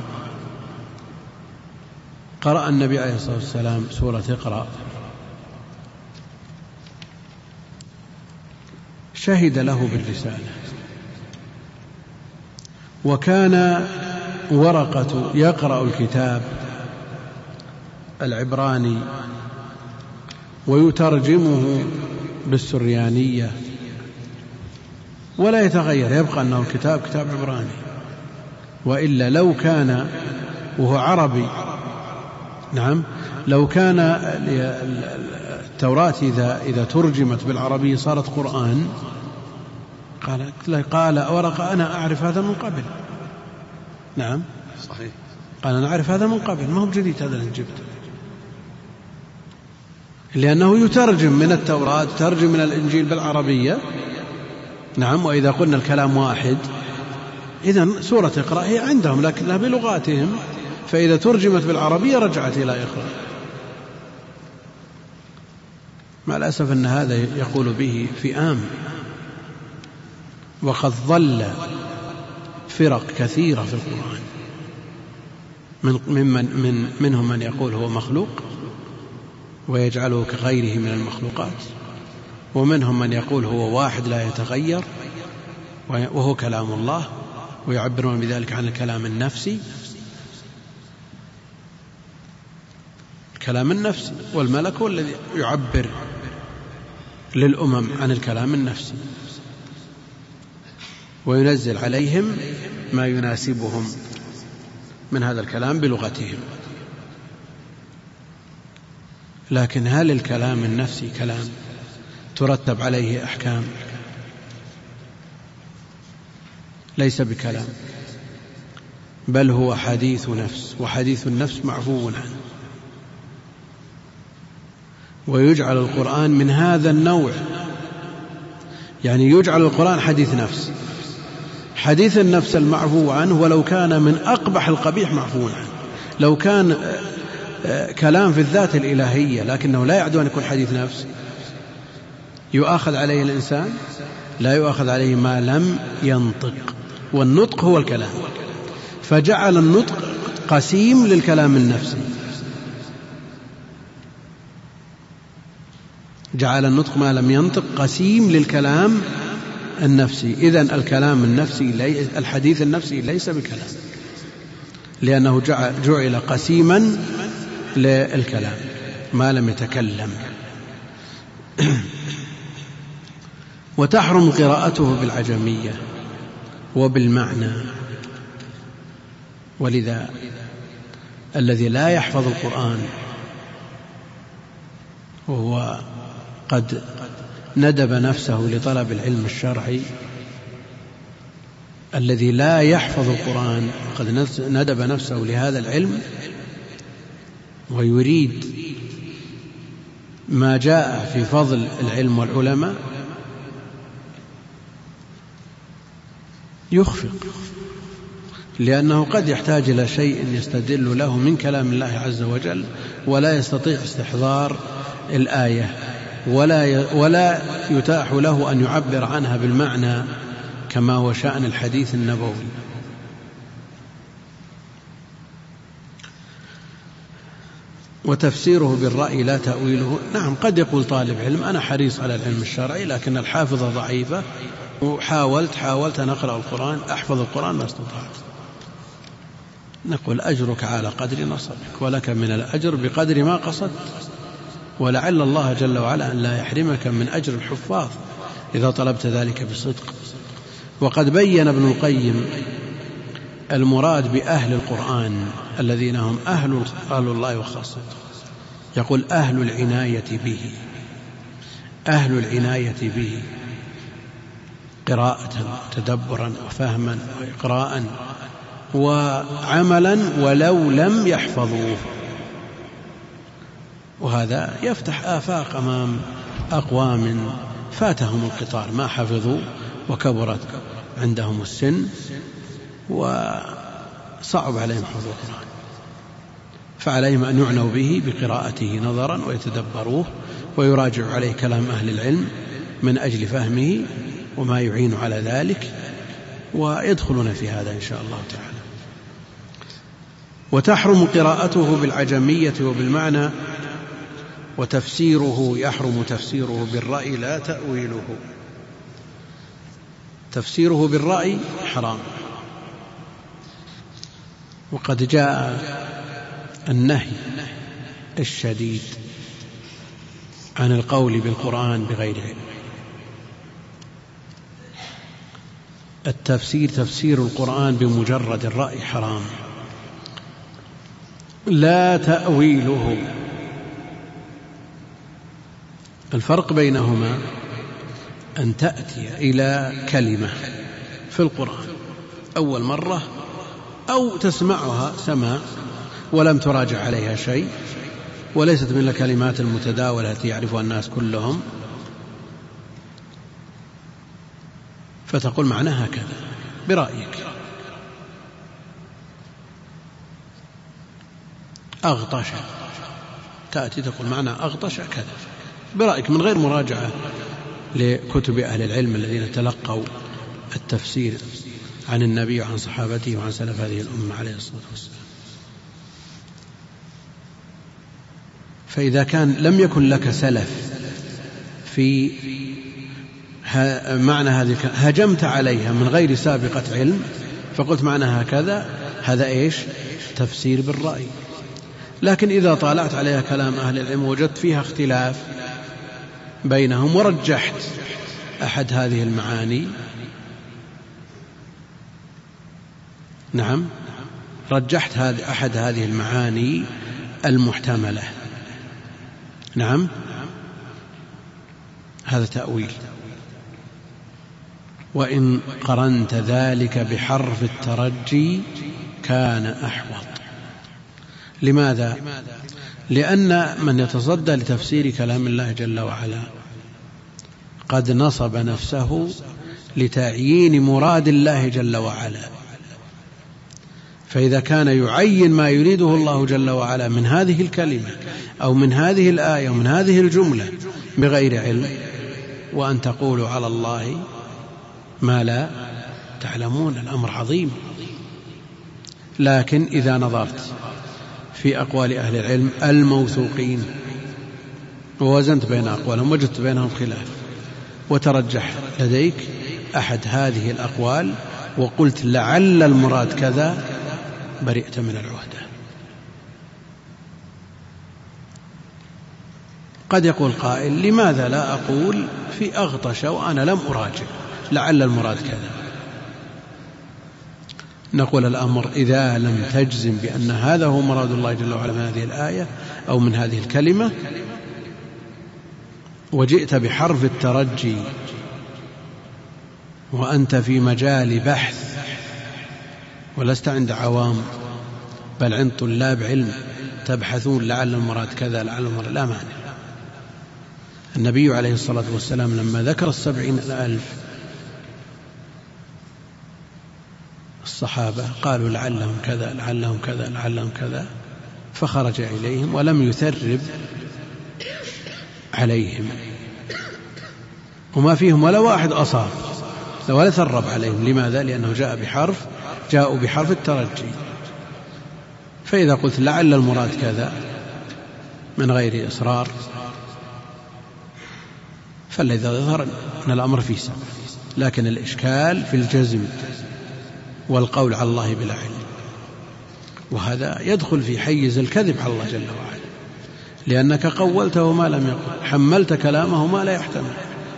قرأ النبي عليه الصلاة والسلام سورة اقرأ، شهد له بالرسالة. وكان ورقة يقرأ الكتاب العبراني ويترجمه بالسريانية ولا يتغير، يبقى أنه الكتاب كتاب عبراني. وإلا لو كان وهو عربي، لو كان التوراة إذا ترجمت بالعربية صارت قرآن، قال ورقة أنا أعرف هذا من قبل. صحيح، قال أنا أعرف هذا من قبل، ما هو جديد هذا اللي جبته، لأنه يترجم من التوراة، يترجم من الإنجيل بالعربية. وإذا قلنا الكلام واحد، إذن سورة اقرأ هي عندهم لكنها بلغاتهم، فإذا ترجمت بالعربية رجعت إلى اقرأ. مع الأسف أن هذا يقول به فئام، وقد ضل فرق كثيرة في القرآن، منهم من يقول هو مخلوق ويجعله كغيره من المخلوقات، ومنهم من يقول هو واحد لا يتغير وهو كلام الله، ويعبرون بذلك عن الكلام النفسي. الكلام النفسي، والملك هو الذي يعبر للأمم عن الكلام النفسي وينزل عليهم ما يناسبهم من هذا الكلام بلغتهم. لكن هل الكلام النفسي كلام ترتب عليه أحكام؟ ليس بكلام، بل هو حديث نفس، وحديث النفس معفو عنه. ويجعل القرآن من هذا النوع، يعني يجعل القرآن حديث نفس، حديث النفس المعفو عنه، ولو كان من أقبح القبيح معفو عنه. لو كان كلام في الذات الإلهية لكنه لا يعد أن يكون حديث نفس، يؤاخذ عليه الإنسان؟ لا يؤاخذ عليه ما لم ينطق، والنطق هو الكلام، فجعل النطق قسيم للكلام النفسي، جعل النطق ما لم ينطق قسيم للكلام النفسي. إذن الكلام النفسي الحديث النفسي ليس بكلام، لأنه جعل قسيما للكلام ما لم يتكلم. وتحرم قراءته بالعجمية وبالمعنى. ولذا الذي لا يحفظ القرآن وهو قد ندب نفسه لطلب العلم الشرعي، الذي لا يحفظ القرآن قد ندب نفسه لهذا العلم ويريد ما جاء في فضل العلم والعلماء، يخفق، لأنه قد يحتاج إلى شيء يستدل له من كلام الله عز وجل ولا يستطيع استحضار الآية، ولا يتاح له أن يعبر عنها بالمعنى كما هو شأن الحديث النبوي. وتفسيره بالرأي لا تأويله. نعم، قد يقول طالب علم أنا حريص على العلم الشرعي لكن الحافظة ضعيفة وحاولت أن أقرأ القرآن أحفظ القرآن ما استطعت. نقول أجرك على قدر نصبك ولك من الأجر بقدر ما قصدت، ولعل الله جل وعلا أن لا يحرمك من أجر الحفاظ إذا طلبت ذلك بصدق. وقد بين ابن القيم المراد بأهل القرآن الذين هم أهل الله وخاصته. يقول أهل العناية به، أهل العناية به قراءة تدبرا وفهما وإقراء وعملا ولو لم يحفظوه. وهذا يفتح آفاق أمام أقوام فاتهم القطار ما حفظوا وكبرت عندهم السن وصعب عليهم حفظ القرآن، فعليهم أن يعنوا به بقراءته نظرا ويتدبروه ويراجعوا عليه كلام أهل العلم من أجل فهمه وما يعين على ذلك، ويدخلون في هذا إن شاء الله تعالى. وتحرم قراءته بالعجمية وبالمعنى، وتفسيره يحرم تفسيره بالرأي لا تأويله. تفسيره بالرأي حرام، وقد جاء النهي الشديد عن القول بالقرآن بغير علم. تفسير القرآن بمجرد الرأي حرام. لا تأويله، الفرق بينهما أن تأتي إلى كلمة في القرآن أول مرة أو تسمعها سماع ولم تراجع عليها شيء وليست من الكلمات المتداولة التي يعرفها الناس كلهم، فتقول معناها كذا برأيك. أغطش، تأتي تقول معنى أغطش كذا برأيك من غير مراجعة لكتب أهل العلم الذين تلقوا التفسير عن النبي وعن صحابته وعن سلف هذه الأمة عليه الصلاة والسلام. فإذا كان لم يكن لك سلف في معنى هذه هجمت عليها من غير سابقة علم فقلت معناها كذا، هذا إيش؟ تفسير بالرأي. لكن إذا طالعت عليها كلام أهل العلم وجدت فيها اختلاف بينهم ورجحت أحد هذه المعاني، نعم رجحت أحد هذه المعاني المحتملة، نعم هذا تأويل. وإن قرنت ذلك بحرف الترجي كان أحوط. لماذا؟ لأن من يتصدى لتفسير كلام الله جل وعلا قد نصب نفسه لتعيين مراد الله جل وعلا، فإذا كان يعين ما يريده الله جل وعلا من هذه الكلمة أو من هذه الآية ومن هذه الجملة بغير علم، وأن تقولوا على الله ما لا تعلمون، الأمر عظيم. لكن إذا نظرت في أقوال أهل العلم الموثوقين ووزنت بين أقوالهم وجدت بينهم خلاف وترجح لديك أحد هذه الأقوال وقلت لعل المراد كذا، برئت من العهدة. قد يقول قائل لماذا لا أقول في أغطش وأنا لم أراجع لعل المراد كذا؟ نقول الأمر إذا لم تجزم بأن هذا هو مراد الله جل وعلا من هذه الآية أو من هذه الكلمة وجئت بحرف الترجي وأنت في مجال بحث ولست عند عوام بل عند طلاب علم تبحثون لعل المراد كذا لعل المراد، لا مانع. النبي عليه الصلاة والسلام لما ذكر 70,000 الصحابة قالوا لعلهم كذا لعلهم كذا لعلهم كذا، فخرج إليهم ولم يثرب عليهم وما فيهم ولا واحد أصاب ولا ثرب عليهم. لماذا؟ لأنه جاءوا بحرف الترجي. فإذا قلت لعل المراد كذا من غير إصرار، فالذي يظهر أن الأمر فيه سبب، لكن الإشكال في الجزم والقول على الله بلا علم، وهذا يدخل في حيز الكذب على الله جل وعلا، لأنك قولته ما لم يقل، حملت كلامه ما لا يحتمل.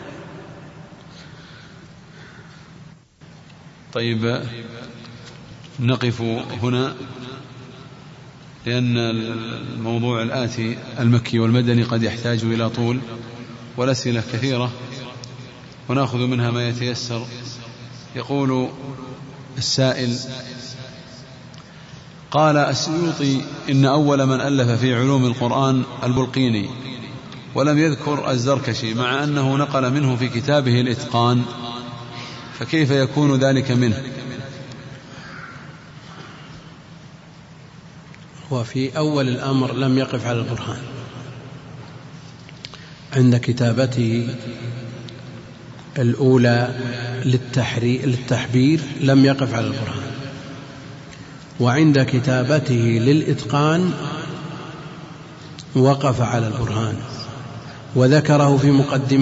طيب، نقف هنا لأن الموضوع الآتي المكي والمدني قد يحتاج إلى طول، والأسئلة كثيرة ونأخذ منها ما يتيسر. يقول السائل: قال السيوطي إن أول من ألف في علوم القرآن البلقيني، ولم يذكر الزركشي، مع أنه نقل منه في كتابه الإتقان، فكيف يكون ذلك منه؟ وفي أول الأمر لم يقف على البرهان، عند كتابته الأولى للتحبير لم يقف على البرهان، وعند كتابته للإتقان وقف على البرهان، وذكره في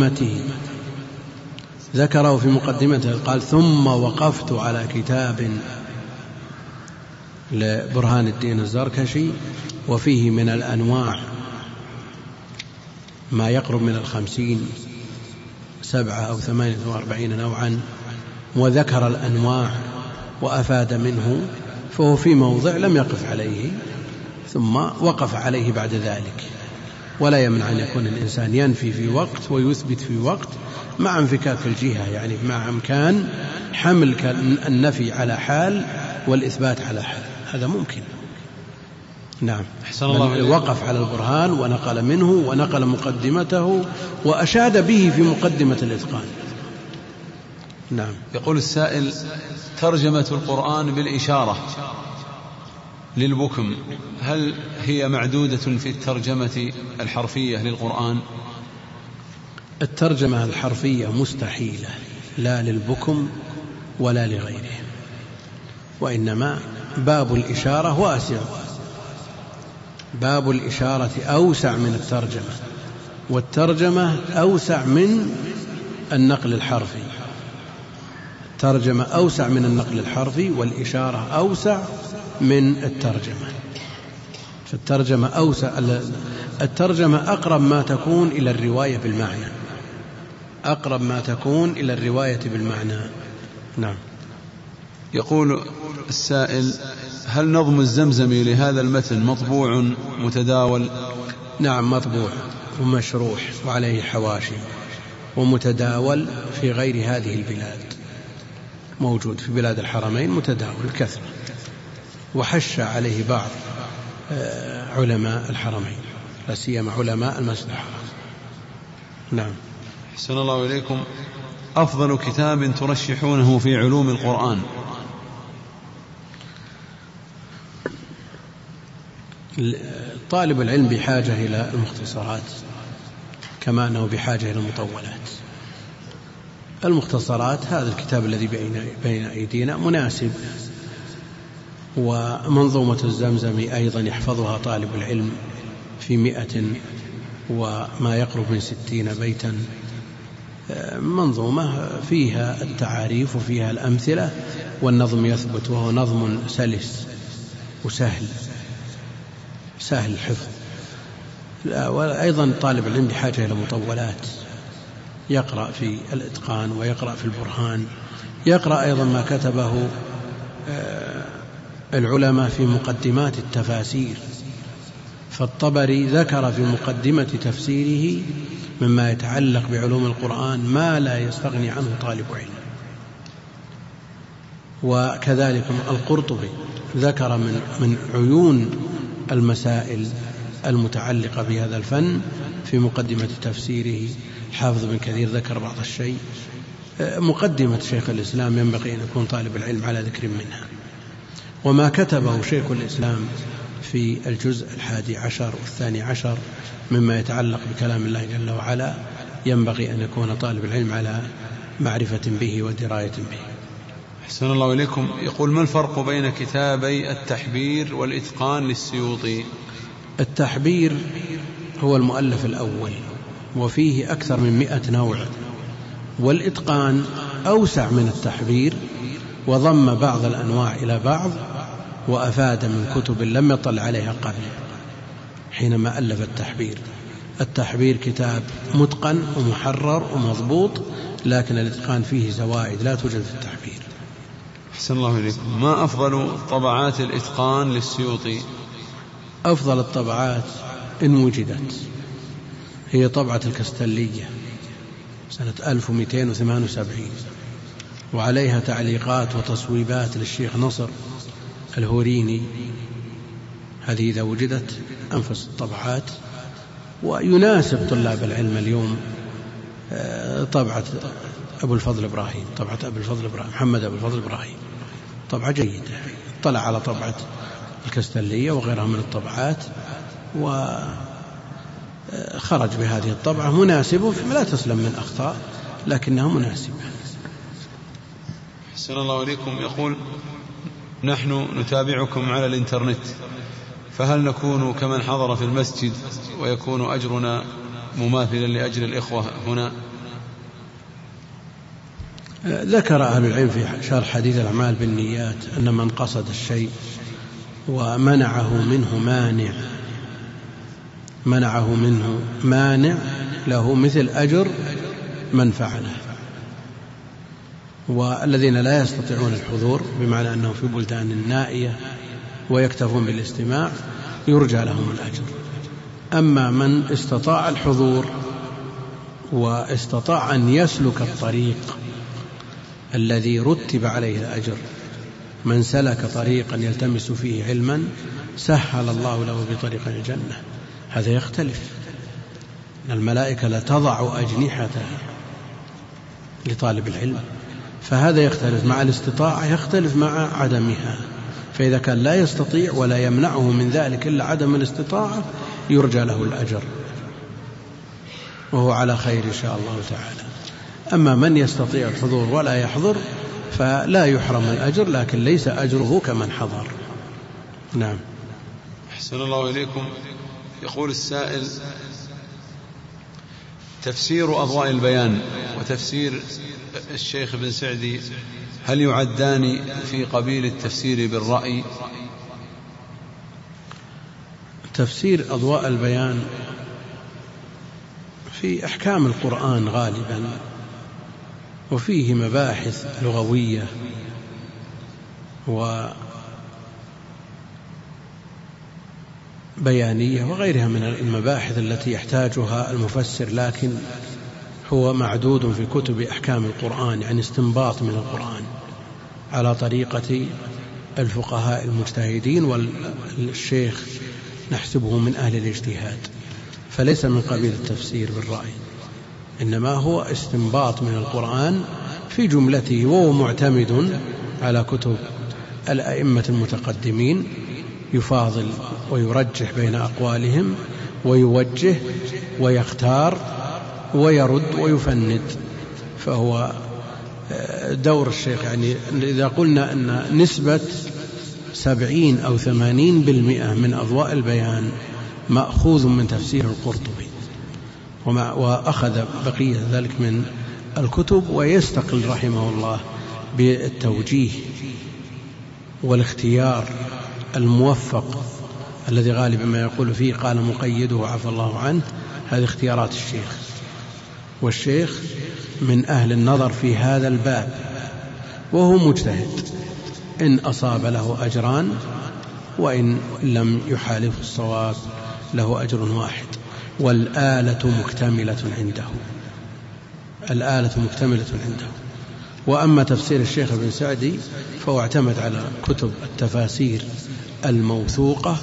مقدمته قال: ثم وقفت على كتاب لبرهان الدين الزركشي، وفيه من الأنواع ما يقرب من 50 7 أو 48 نوعا، وذكر الأنواع وأفاد منه، فهو في موضع لم يقف عليه ثم وقف عليه بعد ذلك. ولا يمنع أن يكون الإنسان ينفي في وقت ويثبت في وقت مع انفكاك الجهة، يعني مع إمكان حمل النفي على حال والإثبات على حال، هذا ممكن. نعم، وقف على البرهان ونقل منه ونقل مقدمته وأشاد به في مقدمة الإتقان. نعم. يقول السائل: ترجمة القرآن بالإشارة للبكم، هل هي معدودة في الترجمة الحرفية للقرآن؟ الترجمة الحرفية مستحيلة، لا للبكم ولا لغيره، وإنما باب الإشارة واسع، باب الإشارة أوسع من الترجمة، والترجمة أوسع من النقل الحرفي. الترجمة أوسع من النقل الحرفي، والإشارة أوسع من الترجمة. فالترجمة أوسع، الترجمة أقرب ما تكون إلى الرواية بالمعنى، أقرب ما تكون إلى الرواية بالمعنى. نعم. يقول السائل: هل نظم الزمزمي لهذا المتن مطبوع متداول؟ نعم، مطبوع ومشروح وعليه حواشي ومتداول في غير هذه البلاد، موجود في بلاد الحرمين متداول كثرة، وحش عليه بعض علماء الحرمين، لا سيما علماء المسجد الحرام. نعم. أحسن الله إليكم. أفضل كتاب ترشحونه في علوم القرآن؟ طالب العلم بحاجة إلى المختصرات كما أنه بحاجة إلى المطولات. المختصرات، هذا الكتاب الذي بين أيدينا مناسب، ومنظومة الزمزمي أيضا يحفظها طالب العلم في 100 وما يقرب من 60 بيتا، منظومة فيها التعاريف وفيها الأمثلة، والنظم يثبت، وهو نظم سلس وسهل الحفظ. وأيضا طالب العلم بحاجة إلى مطولات، يقرأ في الإتقان ويقرأ في البرهان، يقرأ أيضا ما كتبه العلماء في مقدمات التفاسير. فالطبري ذكر في مقدمة تفسيره مما يتعلق بعلوم القرآن ما لا يستغني عنه طالب علم. وكذلك القرطبي ذكر من عيون المسائل المتعلقة بهذا الفن في مقدمة تفسيره. حافظ بن كثير ذكر بعض الشيء. مقدمة شيخ الإسلام ينبغي أن يكون طالب العلم على ذكر منها. وما كتبه شيخ الإسلام في الجزء 11 و12 مما يتعلق بكلام الله جل وعلا ينبغي أن يكون طالب العلم على معرفة به ودراية به. أحسن الله إليكم. يقول: ما الفرق بين كتابي التحبير والإتقان للسيوطي؟ التحبير هو المؤلف الأول، وفيه أكثر من 100 نوع، والإتقان أوسع من التحبير، وضم بعض الأنواع إلى بعض، وأفاد من كتب لم يطل عليها قبل حينما ألف التحبير. التحبير كتاب متقن ومحرر ومضبوط، لكن الإتقان فيه زوائد لا توجد في التحبير. أحسن الله إليكم. ما أفضل طبعات الإتقان للسيوطي؟ أفضل الطبعات إن وجدت هي طبعة الكستلية سنة 1278، وعليها تعليقات وتصويبات للشيخ نصر الهوريني، هذه إذا وجدت أنفس الطبعات، ويناسب طلاب العلم اليوم طبعة أبو الفضل إبراهيم، طبعة أبو الفضل إبراهيم محمد أبو الفضل إبراهيم، طبعة جيدة. اطلع على طبعة الكستلية وغيرها من الطبعات وخرج بهذه الطبعة مناسبة، لا تسلم من أخطاء لكنها مناسبة. أحسن الله إليكم. يقول: نحن نتابعكم على الإنترنت، فهل نكون كمن حضر في المسجد ويكون أجرنا مماثلا لأجر الإخوة هنا؟ ذكر أهل العلم في شرح حديث الأعمال بالنيات أن من قصد الشيء ومنعه منه مانع له مثل أجر من فعله، والذين لا يستطيعون الحضور بمعنى أنهم في بلدان نائية ويكتفون بالاستماع يرجى لهم الأجر. أما من استطاع الحضور واستطاع أن يسلك الطريق الذي رتب عليه الأجر، من سلك طريقا يلتمس فيه علما سهل الله له بطريق الجنة، هذا يختلف. الملائكة لا تضع أجنحتها لطالب العلم، فهذا يختلف مع الاستطاعة، يختلف مع عدمها. فإذا كان لا يستطيع ولا يمنعه من ذلك إلا عدم الاستطاعة يرجى له الأجر وهو على خير إن شاء الله تعالى. أما من يستطيع الحضور ولا يحضر فلا يحرم الأجر، لكن ليس أجره كمن حضر. نعم. أحسن الله إليكم. يقول السائل: تفسير أضواء البيان وتفسير الشيخ ابن سعدي هل يعدان في قبيل التفسير بالرأي؟ تفسير أضواء البيان في أحكام القرآن غالبا، وفيه مباحث لغوية وبيانية وغيرها من المباحث التي يحتاجها المفسر، لكن هو معدود في كتب أحكام القرآن، يعني استنباط من القرآن على طريقة الفقهاء المجتهدين، والشيخ نحسبه من أهل الاجتهاد، فليس من قبيل التفسير بالرأي، إنما هو استنباط من القرآن في جملته، وهو معتمد على كتب الأئمة المتقدمين، يفاضل ويرجح بين أقوالهم ويوجه ويختار ويرد ويفند. فهو دور الشيخ، يعني إذا قلنا أن نسبة 70 أو 80% من أضواء البيان مأخوذ من تفسير القرطبي، وأخذ بقية ذلك من الكتب، ويستقل رحمه الله بالتوجيه والاختيار الموفق الذي غالبا ما يقول فيه قال مقيده عفى الله عنه. هذه اختيارات الشيخ، والشيخ من أهل النظر في هذا الباب، وهو مجتهد، إن أصاب له أجران، وإن لم يحالف الصواب له أجر واحد. والآلة مكتملة عنده. وأما تفسير الشيخ ابن سعدي فهو اعتمد على كتب التفاسير الموثوقة،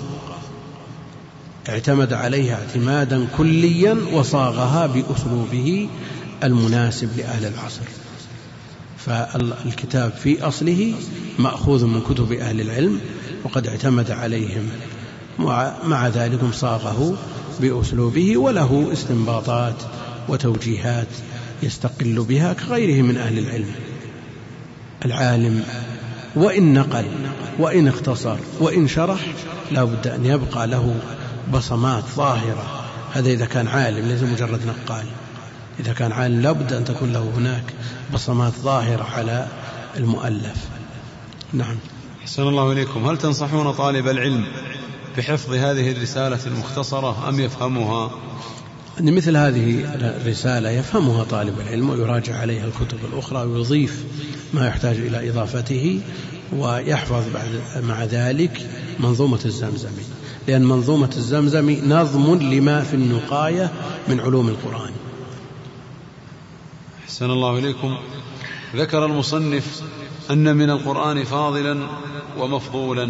اعتمد عليها اعتمادا كليا، وصاغها بأسلوبه المناسب لأهل العصر. فالكتاب في أصله مأخوذ من كتب أهل العلم وقد اعتمد عليهم، مع ذلك صاغه بأسلوبه، وله استنباطات وتوجيهات يستقل بها كغيره من أهل العلم. العالم وإن نقل وإن اختصر وإن شرح لا بد أن يبقى له بصمات ظاهرة هذا إذا كان عالم ليس مجرد نقال. إذا كان عالم لابد أن تكون له هناك بصمات ظاهرة على المؤلف. نعم. أحسن الله إليكم. هل تنصحون طالب العلم بحفظ هذه الرسالة المختصرة أم يفهمها؟ أن مثل هذه الرسالة يفهمها طالب العلم ويراجع عليها الكتب الأخرى ويضيف ما يحتاج إلى إضافته، ويحفظ مع ذلك منظومة الزمزمي، لأن منظومة الزمزمي نظم لما في النقاية من علوم القرآن. أحسن الله إليكم. ذكر المصنف أن من القرآن فاضلا ومفضولا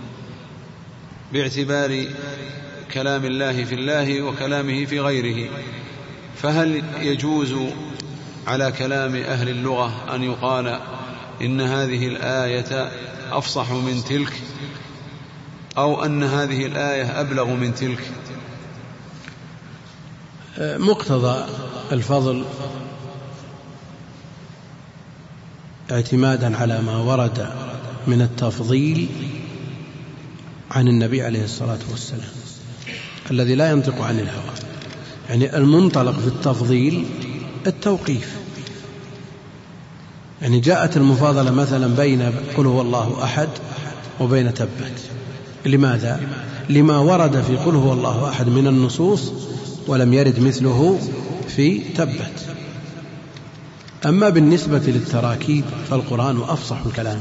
باعتبار كلام الله في الله وكلامه في غيره، فهل يجوز على كلام أهل اللغة أن يقال إن هذه الآية أفصح من تلك، أو أن هذه الآية أبلغ من تلك؟ مقتضى الفضل اعتمادا على ما ورد من التفضيل عن النبي عليه الصلاة والسلام الذي لا ينطق عن الهوى. يعني المنطلق في التفضيل التوقيف. يعني جاءت المفاضلة مثلا بين قل هو الله أحد وبين تبت. لماذا؟ لما ورد في قل هو الله أحد من النصوص ولم يرد مثله في تبت. أما بالنسبة للتراكيب فالقرآن أفصح الكلام.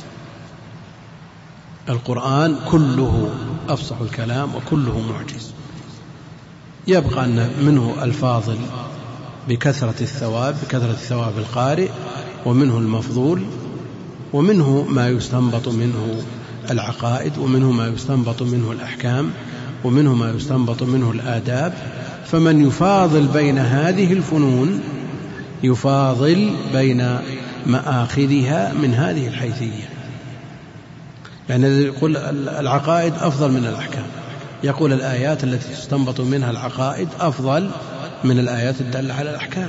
القرآن كله أفصح الكلام وكله معجز. يبقى أن منه الفاضل بكثرة ثواب القارئ، ومنه المفضول، ومنه ما يستنبط منه العقائد، ومنه ما يستنبط منه الأحكام، ومنه ما يستنبط منه الآداب. فمن يفاضل بين هذه الفنون يفاضل بين مآخذها من هذه الحيثية. يعني يقول العقائد أفضل من الأحكام، يقول الآيات التي تستنبط منها العقائد أفضل من الآيات الدالة على الأحكام.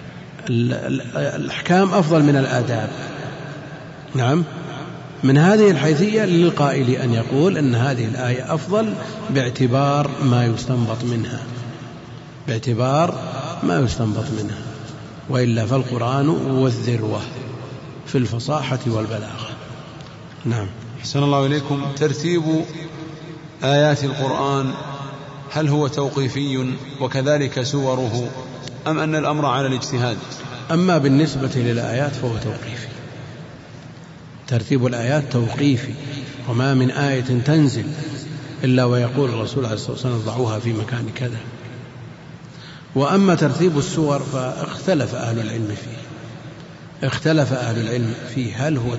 الأحكام أفضل من الآداب. نعم. من هذه الحيثية للقائل أن يقول أن هذه الآية أفضل باعتبار ما يستنبط منها، وإلا فالقرآن هو الذروة في الفصاحة والبلاغة. نعم. أحسن الله إليكم. ترتيب آيات القرآن هل هو توقيفي وكذلك سوره، أم أن الأمر على الاجتهاد؟ أما بالنسبة للآيات فهو توقيفي. ترتيب الآيات توقيفي، وما من آية تنزل إلا ويقول الرسول عليه الصلاة والسلام ضعوها في مكان كذا. وأما ترتيب السور فاختلف أهل العلم فيه هل هو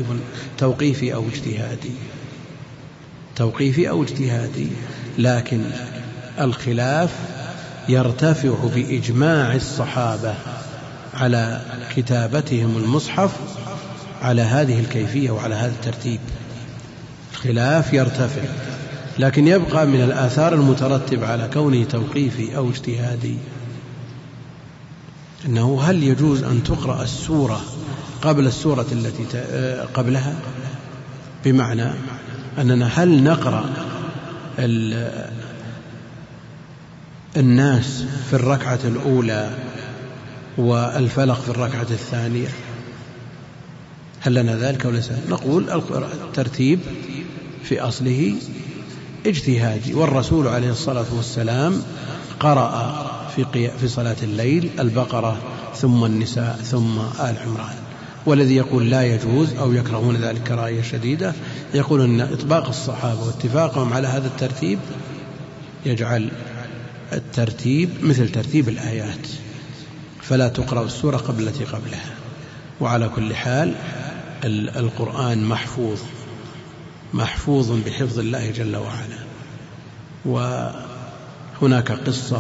توقيفي أو اجتهادي. لكن الخلاف يرتفع بإجماع الصحابة على كتابتهم المصحف على هذه الكيفية وعلى هذا الترتيب. الخلاف يرتفع، لكن يبقى من الآثار المترتب على كونه توقيفي أو اجتهادي أنه هل يجوز أن تقرأ السورة قبل السورة التي قبلها، بمعنى أننا هل نقرأ الناس في الركعة الأولى والفلق في الركعة الثانية، هل لنا ذلك أو ليس؟ نقول الترتيب في أصله اجتهادي، والرسول عليه الصلاة والسلام قرأ في صلاة الليل البقرة ثم النساء ثم آل عمران. والذي يقول لا يجوز أو يكرهون ذلك كراهية شديدة يقول أن إطباق الصحابة واتفاقهم على هذا الترتيب يجعل الترتيب مثل ترتيب الآيات، فلا تقرأ السورة قبل التي قبلها. وعلى كل حال القرآن محفوظ بحفظ الله جل وعلا. وهناك قصة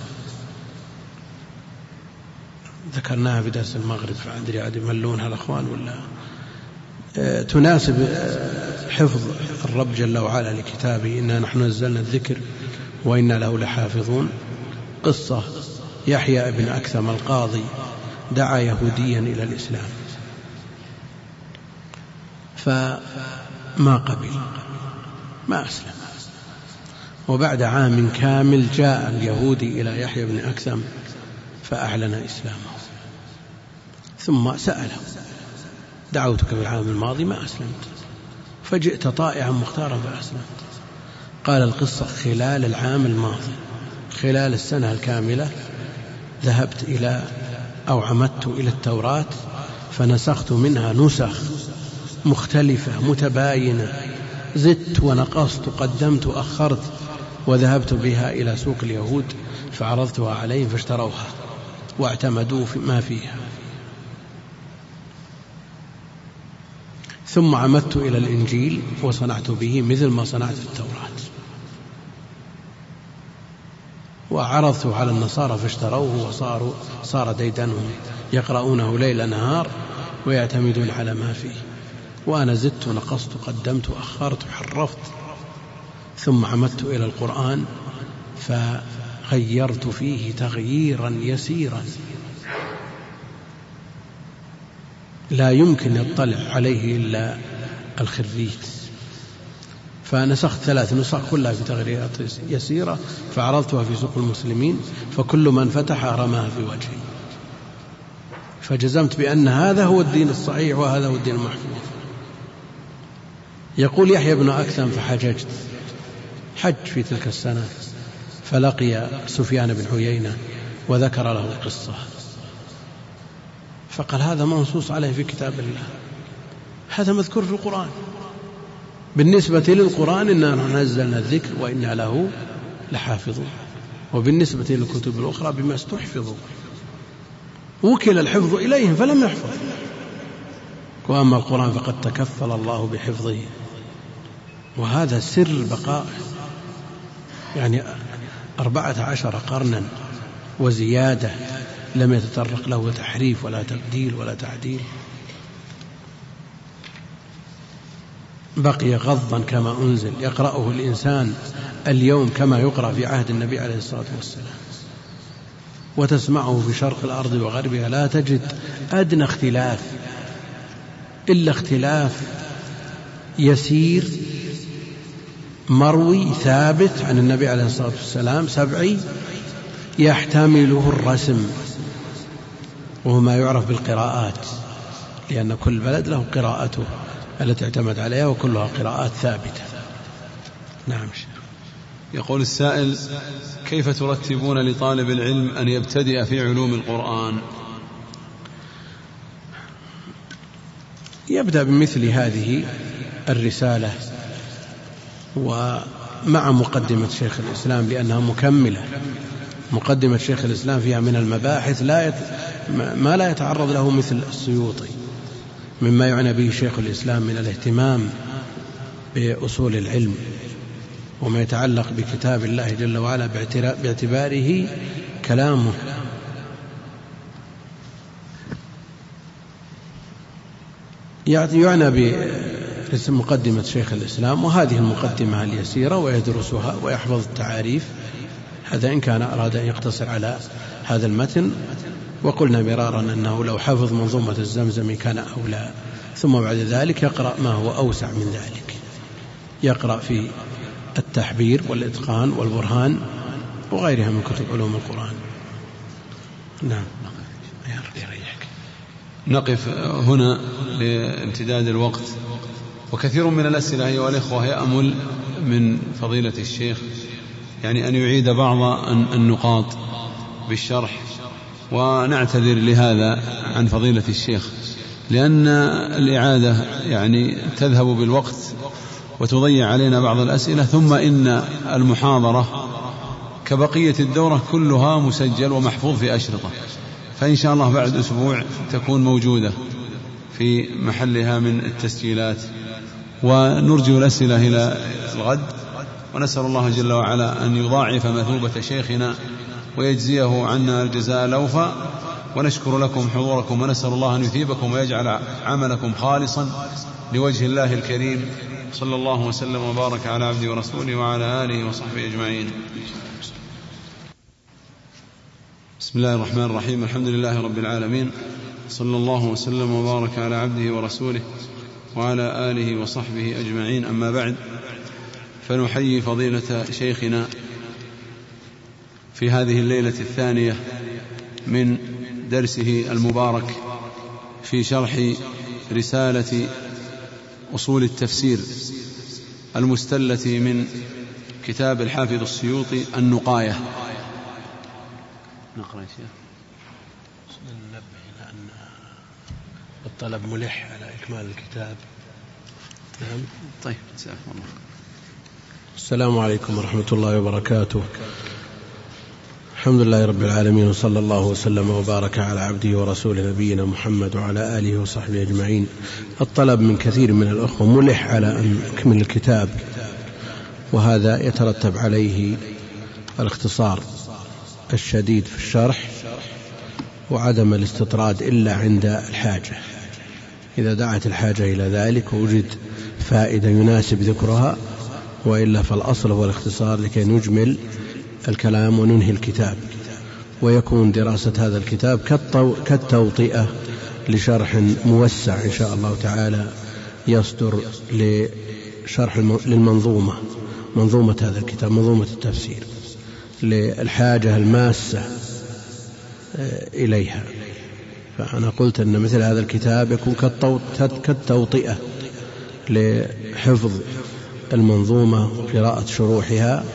ذكرناها في درس المغرب، فأدري عاد يملونها الأخوان ولا تناسب حفظ الرب جل وعلا لكتابه: إنا نحن نزلنا الذكر وإنا له لحافظون. قصة يحيى بن أكثم القاضي دعا يهوديا إلى الإسلام فما قبل، ما أسلم، وبعد عام كامل جاء اليهودي إلى يحيى بن أكثم فأعلن إسلامه، ثم سأله: دعوتك في العام الماضي ما أسلمت، فجئت طائعا مختارا فأسلمت. قال: القصة خلال العام الماضي، خلال السنة الكاملة، ذهبت إلى أو عمدت إلى التوراة فنسخت منها نسخ مختلفة متباينة، زدت ونقصت، قدمت وأخرت، وذهبت بها إلى سوق اليهود فعرضتها عليهم فاشتروها واعتمدوا ما فيها. ثم عمدت إلى الإنجيل وصنعت به مثل ما صنعت في التوراة، وعرضته على النصارى فاشتروه صار ديدنهم يقرؤونه ليل نهار ويعتمدون على ما فيه، وأنا زدت ونقصت، قدمت وأخرت وحرفت. ثم عمدت إلى القرآن فغيرت فيه تغييرا يسيرا لا يمكن يطلع عليه إلا الخريج، فنسخت 3 نسخ كلها في تغييرات يسيرة فعرضتها في سوق المسلمين، فكل من فتح رماها في وجهي، فجزمت بأن هذا هو الدين الصحيح وهذا هو الدين المحفوظ. يقول يحيى بن أكثم: فحججت، حج في تلك السنة، فلقي سفيان بن عيينة وذكر له القصة، فقال: هذا منصوص عليه في كتاب الله، هذا مذكور في القرآن، بالنسبة للقرآن إننا نزلنا الذكر وإنا له لحافظون، وبالنسبة للكتب الأخرى بما استحفظوا وكل الحفظ إليهم فلم يحفظ، وأما القرآن فقد تكفل الله بحفظه، وهذا سر بقائه، يعني 14 قرنا وزيادة لم يتطرق له تحريف ولا تبديل ولا تعديل، بقي غضا كما أنزل، يقرأه الإنسان اليوم كما يقرأ في عهد النبي عليه الصلاة والسلام، وتسمعه في شرق الأرض وغربها، لا تجد أدنى اختلاف إلا اختلاف يسير مروي ثابت عن النبي عليه الصلاة والسلام سبعي يحتمله الرسم، وهو ما يعرف بالقراءات، لأن كل بلد له قراءته التي اعتمد عليها وكلها قراءات ثابتة. نعم. يقول السائل: كيف ترتبون لطالب العلم أن يبتدئ في علوم القرآن؟ يبدأ بمثل هذه الرسالة ومع مقدمة شيخ الإسلام، لأنها مكملة، مقدمة شيخ الإسلام فيها من المباحث ما لا يتعرض له مثل السيوطي، مما يعنى به شيخ الإسلام من الاهتمام بأصول العلم وما يتعلق بكتاب الله جل وعلا باعتباره كلامه. يعنى بمقدمة شيخ الإسلام، وهذه المقدمة اليسيرة ويدرسها ويحفظ التعاريف، هذا إن كان أراد أن يقتصر على هذا المتن، وقلنا مرارا أنه لو حفظ منظومة الزمزم كان أولى، ثم بعد ذلك يقرأ ما هو أوسع من ذلك، يقرأ في التحبير والإتقان والبرهان وغيرها من كتب علوم القرآن. نعم. نقف هنا لامتداد الوقت، وكثير من الأسئلة أيها الإخوة يأمل من فضيلة الشيخ يعني أن يعيد بعض النقاط بالشرح، ونعتذر لهذا عن فضيلة الشيخ، لأن الإعادة يعني تذهب بالوقت وتضيع علينا بعض الأسئلة، ثم إن المحاضرة كبقية الدورة كلها مسجل ومحفوظ في أشرطة، فإن شاء الله بعد أسبوع تكون موجودة في محلها من التسجيلات، ونرجو الأسئلة إلى الغد، ونسأل الله جل وعلا أن يضاعف مثوبة شيخنا ويجزيه عنا الجزاء الأوفى، ونشكر لكم حضوركم، ونسأل الله أن يثيبكم ويجعل عملكم خالصا لوجه الله الكريم. صلى الله وسلم وبارك على عبده ورسوله وعلى آله وصحبه أجمعين. بسم الله الرحمن الرحيم، الحمد لله رب العالمين، صلى الله وسلم وبارك على عبده ورسوله وعلى آله وصحبه أجمعين، أما بعد، فنحيي فضيلة شيخنا في هذه الليلة الثانية من درسه المبارك في شرح رسالة أصول التفسير المستلة من كتاب الحافظ السيوطي النقاية. نقرأ يا شيخ. ننبه إلى أن الطلب ملح على إكمال الكتاب. نعم. طيب، جزاكم الله. السلام عليكم ورحمة الله وبركاته. الحمد لله رب العالمين، وصلى الله وسلم وبارك على عبده ورسوله نبينا محمد وعلى آله وصحبه أجمعين. الطلب من كثير من الأخوة ملح على أن نكمل الكتاب، وهذا يترتب عليه الاختصار الشديد في الشرح وعدم الاستطراد إلا عند الحاجة. إذا دعت الحاجة إلى ذلك ووجد فائدة يناسب ذكرها، وإلا فالأصل هو الاختصار لكي نجمل الكلام وننهي الكتاب، ويكون دراسة هذا الكتاب كالتوطئة لشرح موسع إن شاء الله تعالى يصدر لشرح للمنظومة، منظومة هذا الكتاب، منظومة التفسير، للحاجة الماسة إليها. فأنا قلت أن مثل هذا الكتاب يكون كالتوطئة لحفظ المنظومة وقراءة شروحها،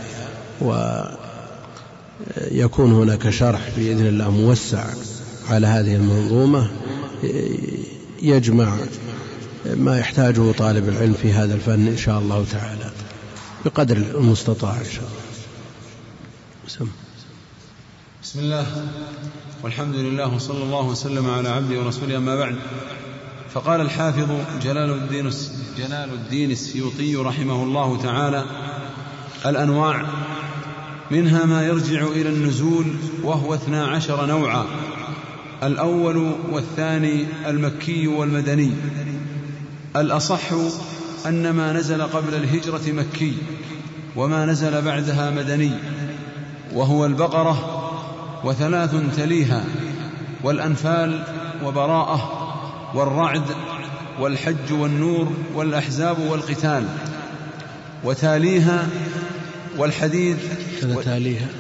ويكون هناك شرح بإذن الله موسع على هذه المنظومة يجمع ما يحتاجه طالب العلم في هذا الفن إن شاء الله تعالى بقدر المستطاع إن شاء الله. بسم الله والحمد لله وصلى الله وسلم على عبده ورسوله، أما بعد. فقال الحافظ جلال الدين السيوطي رحمه الله تعالى: الأنواع منها ما يرجع إلى النزول، وهو 12 نوعا. الأول والثاني المكي والمدني. الأصح أن ما نزل قبل الهجرة مكي، وما نزل بعدها مدني، وهو البقرة و3 تليها، والأنفال وبراءة والرعد والحج والنور والأحزاب والقتال، وتاليها والحديد تاليها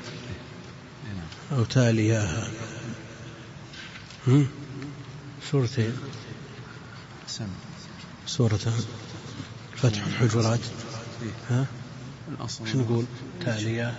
أو تاليها سورتين، سورتان، فتح الحجرات. ها شو نقول؟ تاليها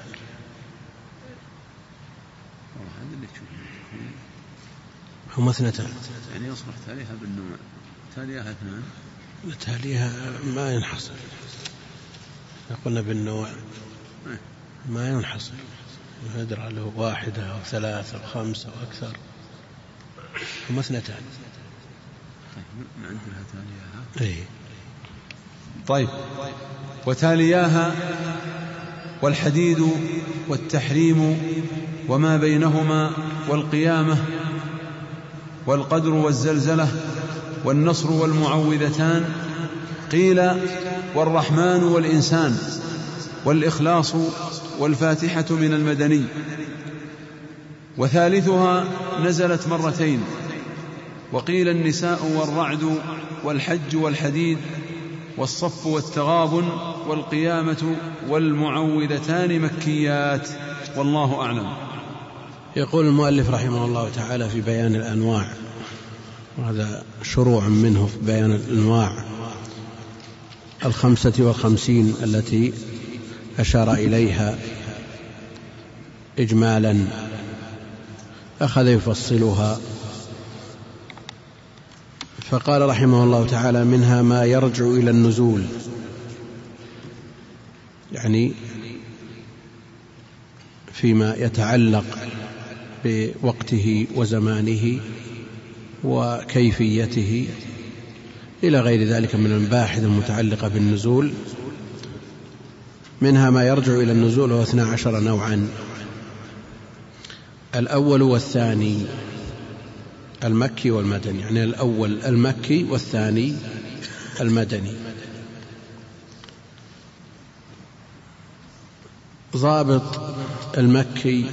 هم 2، يعني يصلح تاليها بالنوع، تاليها 2. تاليها ما ينحصر، قلنا بالنوع ما ينحصر، يدرى له 1 أو 3 أو 5 أو أكثر، هم 2. طيب عندها تاليها. إيه. طيب، وتالياها والحديد والتحريم وما بينهما، والقيامة والقدر والزلزلة والنصر والمعوذتان. قيل والرحمن والإنسان والإخلاص والفاتحة من المدني. وثالثها نزلت 2، وقيل النساء والرعد والحج والحديد والصف والتغابن والقيامة والمعوذتان مكيات، والله أعلم. يقول المؤلف رحمه الله تعالى في بيان الأنواع، وهذا شروع منه في بيان الأنواع 55 التي أشار إليها إجمالا، أخذ يفصلها، فقال رحمه الله تعالى: منها ما يرجع إلى النزول، يعني فيما يتعلق بوقته وزمانه وكيفيته إلى غير ذلك من المباحث المتعلقة بالنزول. منها ما يرجع إلى النزول، وهو 12 نوعا. الأول والثاني المكي والمدني، يعني الأول المكي والثاني المدني. ضابط المكي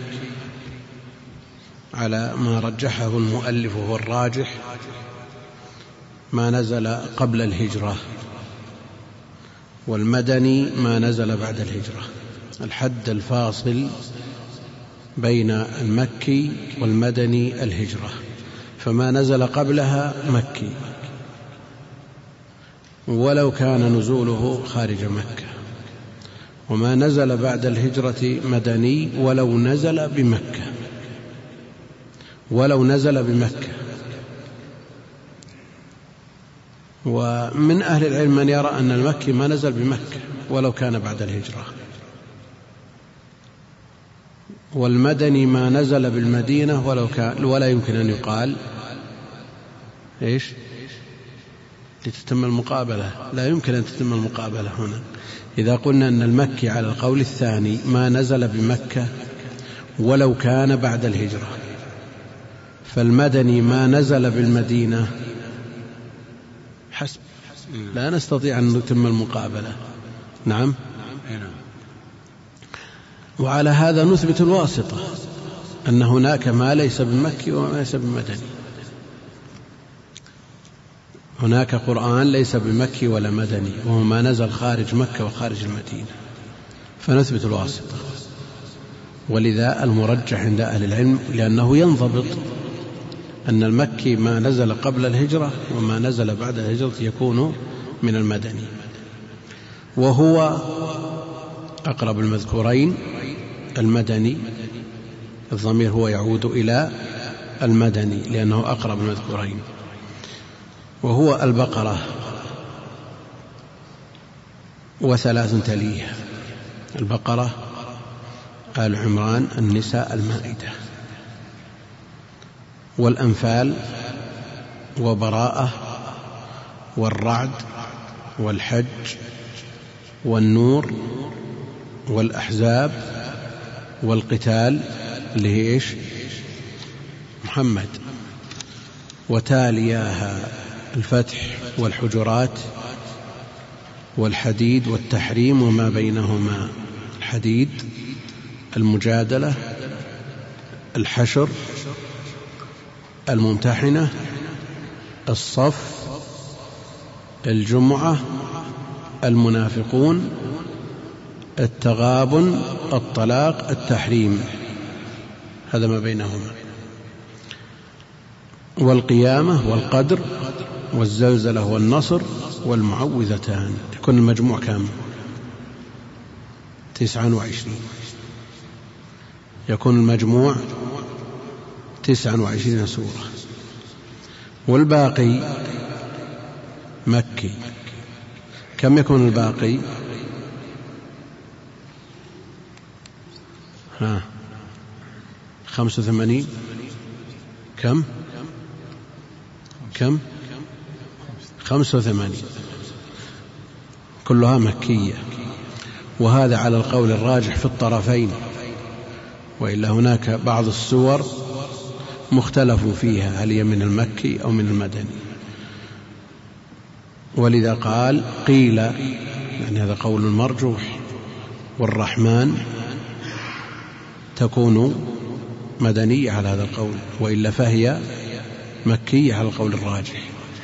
على ما رجحه المؤلف وهو الراجح ما نزل قبل الهجرة، والمدني ما نزل بعد الهجرة. الحد الفاصل بين المكي والمدني الهجرة، فما نزل قبلها مكي ولو كان نزوله خارج مكة، وما نزل بعد الهجرة مدني ولو نزل بمكة. ومن أهل العلم من يرى أن المكي ما نزل بمكة ولو كان بعد الهجرة، والمدني ما نزل بالمدينة ولو كان، ولا يمكن أن يقال إيش لتتم المقابلة، لا يمكن أن تتم المقابلة هنا. إذا قلنا أن المكي على القول الثاني ما نزل بمكة ولو كان بعد الهجرة، فالمدني ما نزل بالمدينة حسب، لا نستطيع أن نتم المقابلة. نعم. وعلى هذا نثبت الواسطة، أن هناك ما ليس بمكي وما ليس بمدني. هناك قرآن ليس بمكي ولا مدني، وهو ما نزل خارج مكة وخارج المدينة، فنثبت الواسطة. ولذا المرجح عند أهل العلم، لأنه ينضبط أن المكي ما نزل قبل الهجرة وما نزل بعد الهجرة يكون من المدني، وهو أقرب المذكورين المدني. الضمير هو يعود إلى المدني لأنه أقرب المذكورين، وهو البقرة وثلاث تليها: البقرة، آل عمران، النساء، المائدة، والأنفال، وبراءة، والرعد، والحج، والنور، والأحزاب، والقتال اللي هي إيش؟ محمد، وتالياها الفتح، والحجرات، والحديد، والتحريم وما بينهما: الحديد، المجادلة، الحشر، الممتحنة، الصف، الجمعة، المنافقون، التغابن، الطلاق، التحريم، هذا ما بينهما، والقيامة، والقدر، والزلزلة، والنصر، والمعوذتان. يكون المجموع كام؟ 29. يكون المجموع 29 سورة، والباقي مكي. كم يكون الباقي؟ 85. كم 85، كلها مكية. وهذا على القول الراجح في الطرفين، وإلا هناك بعض السور مختلف فيها هل هي من المكي أو من المدني. ولذا قال قيل، يعني هذا قول مرجوح، والرحمن تكون مدنية على هذا القول، وإلا فهي مكية على القول الراجح.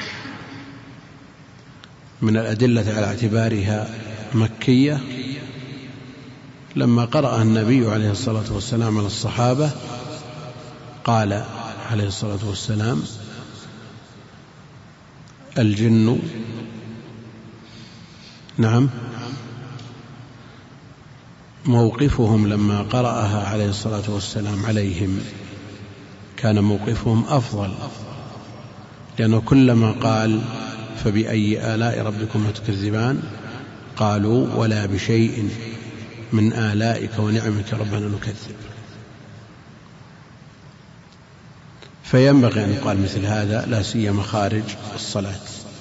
من الأدلة على اعتبارها مكية لما قرأ النبي عليه الصلاة والسلام على الصحابة قال عليه الصلاة والسلام: الجن، نعم، موقفهم لما قرأها عليه الصلاة والسلام عليهم كان موقفهم أفضل، لأنه كلما قال فبأي آلاء ربكم تكذبان قالوا ولا بشيء من آلائك ونعمك ربنا نكذب. فينبغي أن يقال مثل هذا، لا سيما خارج الصلاة.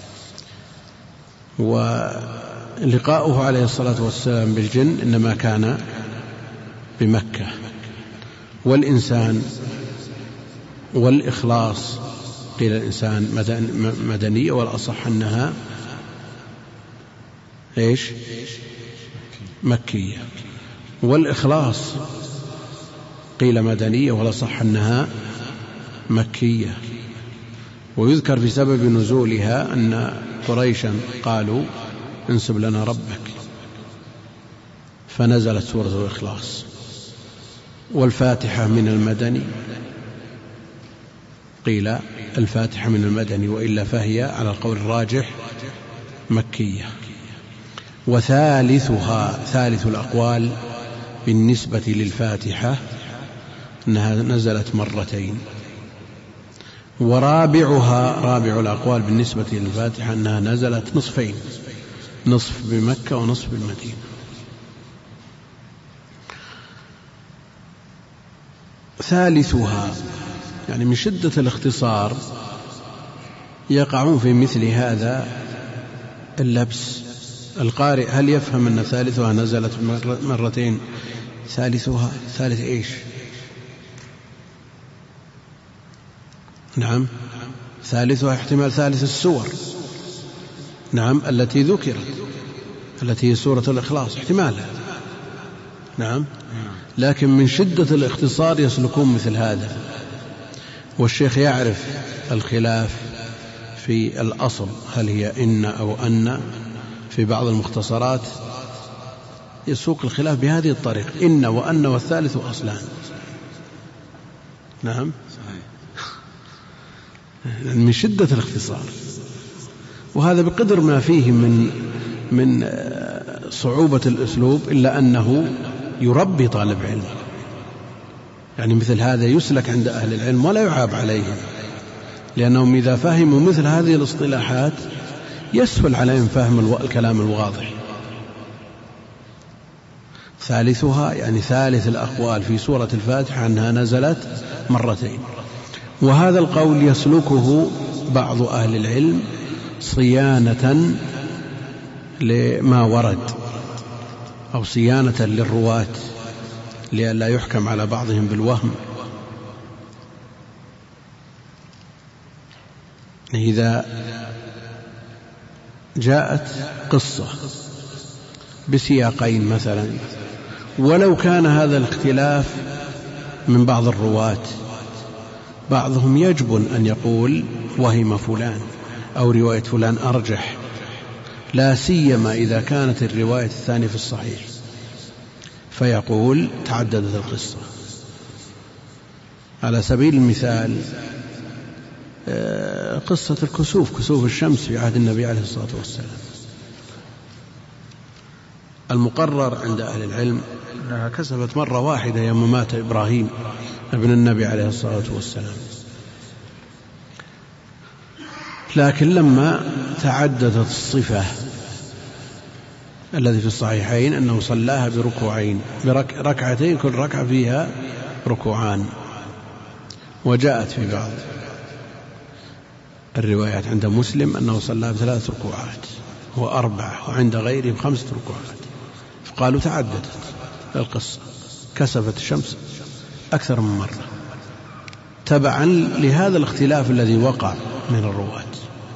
ولقاؤه عليه الصلاة والسلام بالجن إنما كان بمكة. والإنسان والإخلاص قيل الإنسان مدنية، والأصح أنها إيش؟ مكية. والإخلاص قيل مدنية، والأصح أنها مكية. ويذكر في سبب نزولها أن قريشا قالوا انسب لنا ربك، فنزلت سورة الإخلاص. والفاتحة من المدني، قيل الفاتحة من المدني، وإلا فهي على القول الراجح مكية. وثالثها، ثالث الأقوال بالنسبة للفاتحة أنها نزلت مرتين. ورابعها، رابع الأقوال بالنسبة للفاتحة أنها نزلت نصفين، نصف بمكة ونصف بالمدينة. ثالثها يعني من شدة الاختصار يقعون في مثل هذا اللبس. القارئ هل يفهم أن ثالثها نزلت مرتين؟ ثالثها ثالث إيش؟ نعم، ثالثها احتمال ثالث السور، نعم، التي ذكرت، التي هي سورة الإخلاص، احتمالها، نعم. لكن من شدة الاختصار يسلكون مثل هذا. والشيخ يعرف الخلاف في الأصل، هل هي إن أو أن. في بعض المختصرات يسوق الخلاف بهذه الطريقة: إن وأن والثالث أصلان. نعم، من شدة الاختصار. وهذا بقدر ما فيه من صعوبة الأسلوب، إلا أنه يربي طالب علم. يعني مثل هذا يسلك عند أهل العلم ولا يعاب عليهم، لأنهم إذا فهموا مثل هذه الاصطلاحات يسهل عليهم فهم الكلام الواضح. ثالثها يعني ثالث الأقوال في سورة الفاتحة أنها نزلت مرتين. وهذا القول يسلكه بعض أهل العلم صيانة لما ورد، أو صيانة للرواة، لئلا يحكم على بعضهم بالوهم. إذا جاءت قصة بسياقين مثلا، ولو كان هذا الاختلاف من بعض الرواة، بعضهم يجبن أن يقول وهم فلان أو رواية فلان أرجح، لا سيما إذا كانت الرواية الثانية في الصحيح، فيقول تعددت القصة. على سبيل المثال قصة الكسوف، كسوف الشمس في عهد النبي عليه الصلاة والسلام، المقرر عند أهل العلم أنها كسفت مرة واحدة يوم مات إبراهيم ابن النبي عليه الصلاة والسلام. لكن لما تعددت الصفة الذي في الصحيحين أنه صلاها بركوعين، بركعتين، كل ركعة فيها ركوعان. وجاءت في بعض الروايات عند مسلم أنه صلاها بثلاث ركوعات وأربعة، وعند غيره بخمسة ركوعات. فقالوا تعددت القصة، كسفت الشمس أكثر من مرة، تبعا لهذا الاختلاف الذي وقع من الرواة.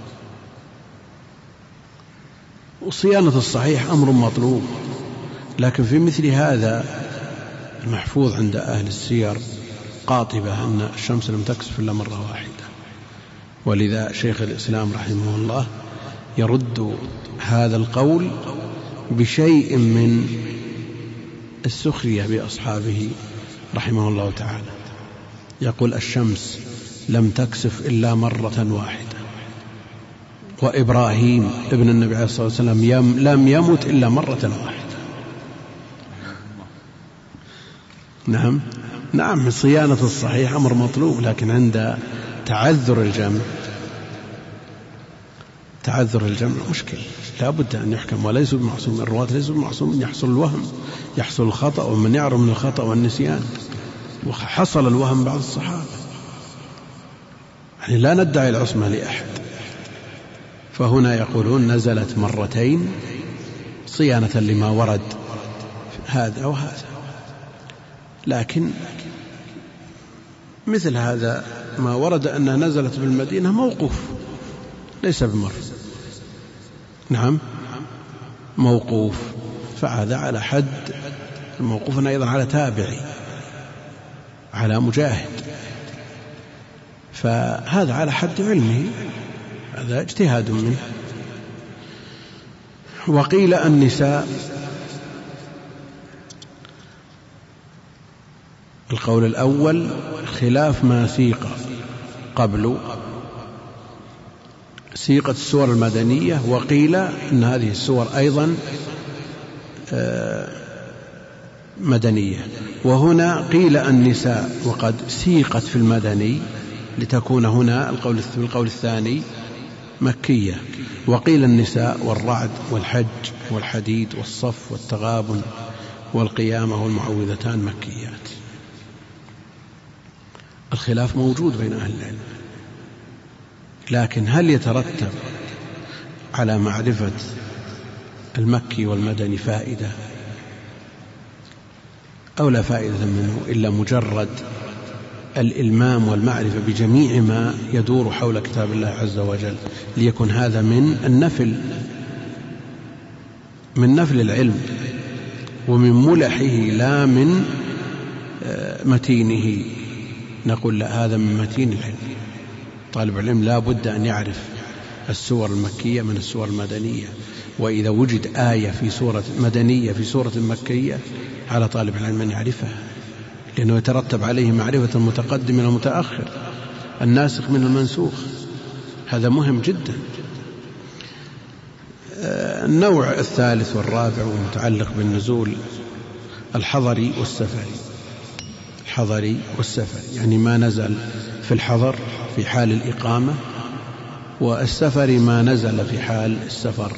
وصيانة الصحيح أمر مطلوب، لكن في مثل هذا المحفوظ عند أهل السير قاطبة أن الشمس لم تكسف إلا مرة واحدة. ولذا شيخ الإسلام رحمه الله يرد هذا القول بشيء من السخرية بأصحابه رحمه الله تعالى. يقول الشمس لم تكسف إلا مرة واحدة، وإبراهيم ابن النبي عليه الصلاة والسلام لم يمت إلا مرة واحدة. نعم، صيانة الصحيح أمر مطلوب، لكن عند تعذر الجمع مشكل، لا بد أن يحكم. وليسوا بمعصوم، الرواة ليسوا بمعصوم، يحصل الوهم، يحصل الخطأ، ومن يعرف من الخطأ والنسيان، وحصل الوهم بعض الصحابة. يعني لا ندعي العصمة لأحد. فهنا يقولون نزلت مرتين صيانة لما ورد هذا وهذا. لكن مثل هذا ما ورد أنها نزلت بالمدينة موقوف، ليس بمرفوع. نعم، موقوف، فهذا على حد الموقوف، أيضا على تابعي، على مجاهد، فهذا على حد علمه، هذا اجتهاد منه. وقيل النساء. القول الأول خلاف ما سيق قبل سيقة السور المدنية، وقيل إن هذه السور أيضا مدنية. وهنا قيل النساء وقد سيقت في المدني لتكون هنا القول الثاني مكية. وقيل النساء والرعد والحج والحديد والصف والتغابن والقيامة والمعوذتان مكيات. الخلاف موجود بين أهل العلم، لكن هل يترتب على معرفة المكي والمدني فائدة أو لا فائدة منه إلا مجرد الإلمام والمعرفة بجميع ما يدور حول كتاب الله عز وجل، ليكن هذا من نفل العلم ومن ملحه لا من متينه. نقول لا، هذا من متين العلم. طالب العلم لا بد أن يعرف السور المكية من السور المدنية، وإذا وجد آية في سورة مدنية في سورة مكية على طالب العلم أن يعرفها، لأنه يترتب عليه معرفة المتقدم من المتأخر، الناسخ من المنسوخ. هذا مهم جدا. النوع الثالث والرابع ومتعلق بالنزول الحضري والسفري. الحضري والسفري يعني ما نزل في الحضر في حال الإقامة، والسفري ما نزل في حال السفر.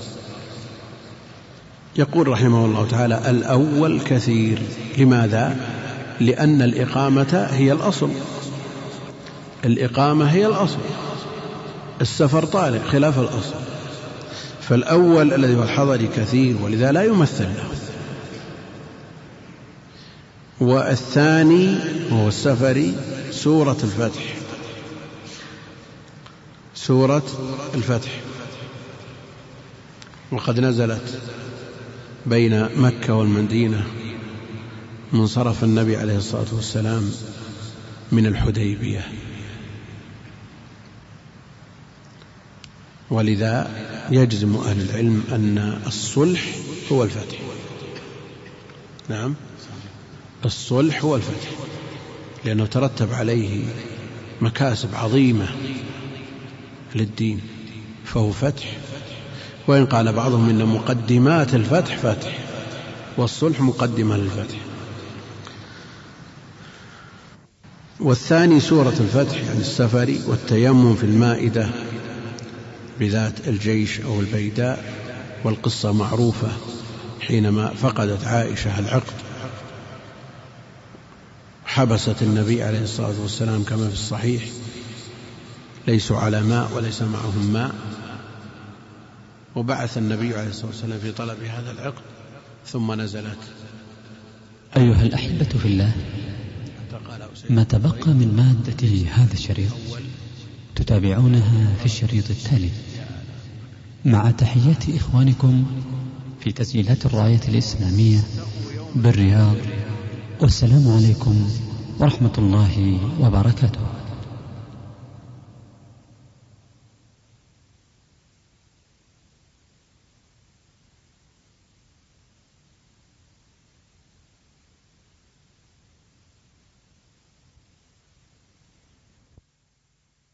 يقول رحمه الله تعالى: الأول كثير. لماذا؟ لأن الإقامة هي الأصل، الإقامة هي الأصل، السفر طارئ خلاف الأصل. فالأول الذي هو الحضري كثير، ولذا لا يمثل له. والثاني وهو السفري سورة الفتح. سورة الفتح وقد نزلت بين مكة والمدينة منصرف النبي عليه الصلاة والسلام من الحديبية، ولذا يجزم أهل العلم أن الصلح هو الفتح. نعم، الصلح هو الفتح، لأنه ترتب عليه مكاسب عظيمة للدين، فهو فتح. وإن قال بعضهم إن مقدمات الفتح فتح، والصلح مقدمة للفتح. والثاني سورة الفتح يعني السفري، والتيمم في المائدة بذات الجيش أو البيداء. والقصة معروفة حينما فقدت عائشة العقد، حبست النبي عليه الصلاة والسلام كما في الصحيح، ليسوا على ماء وليس معهم ماء، وبعث النبي عليه الصلاة والسلام في طلب هذا العقد، ثم نزلت. أيها الأحبة في الله، ما تبقى من مادة هذا الشريط تتابعونها في الشريط التالي، مع تحيات إخوانكم في تسجيلات الراية الإسلامية بالرياض. والسلام عليكم ورحمة الله وبركاته.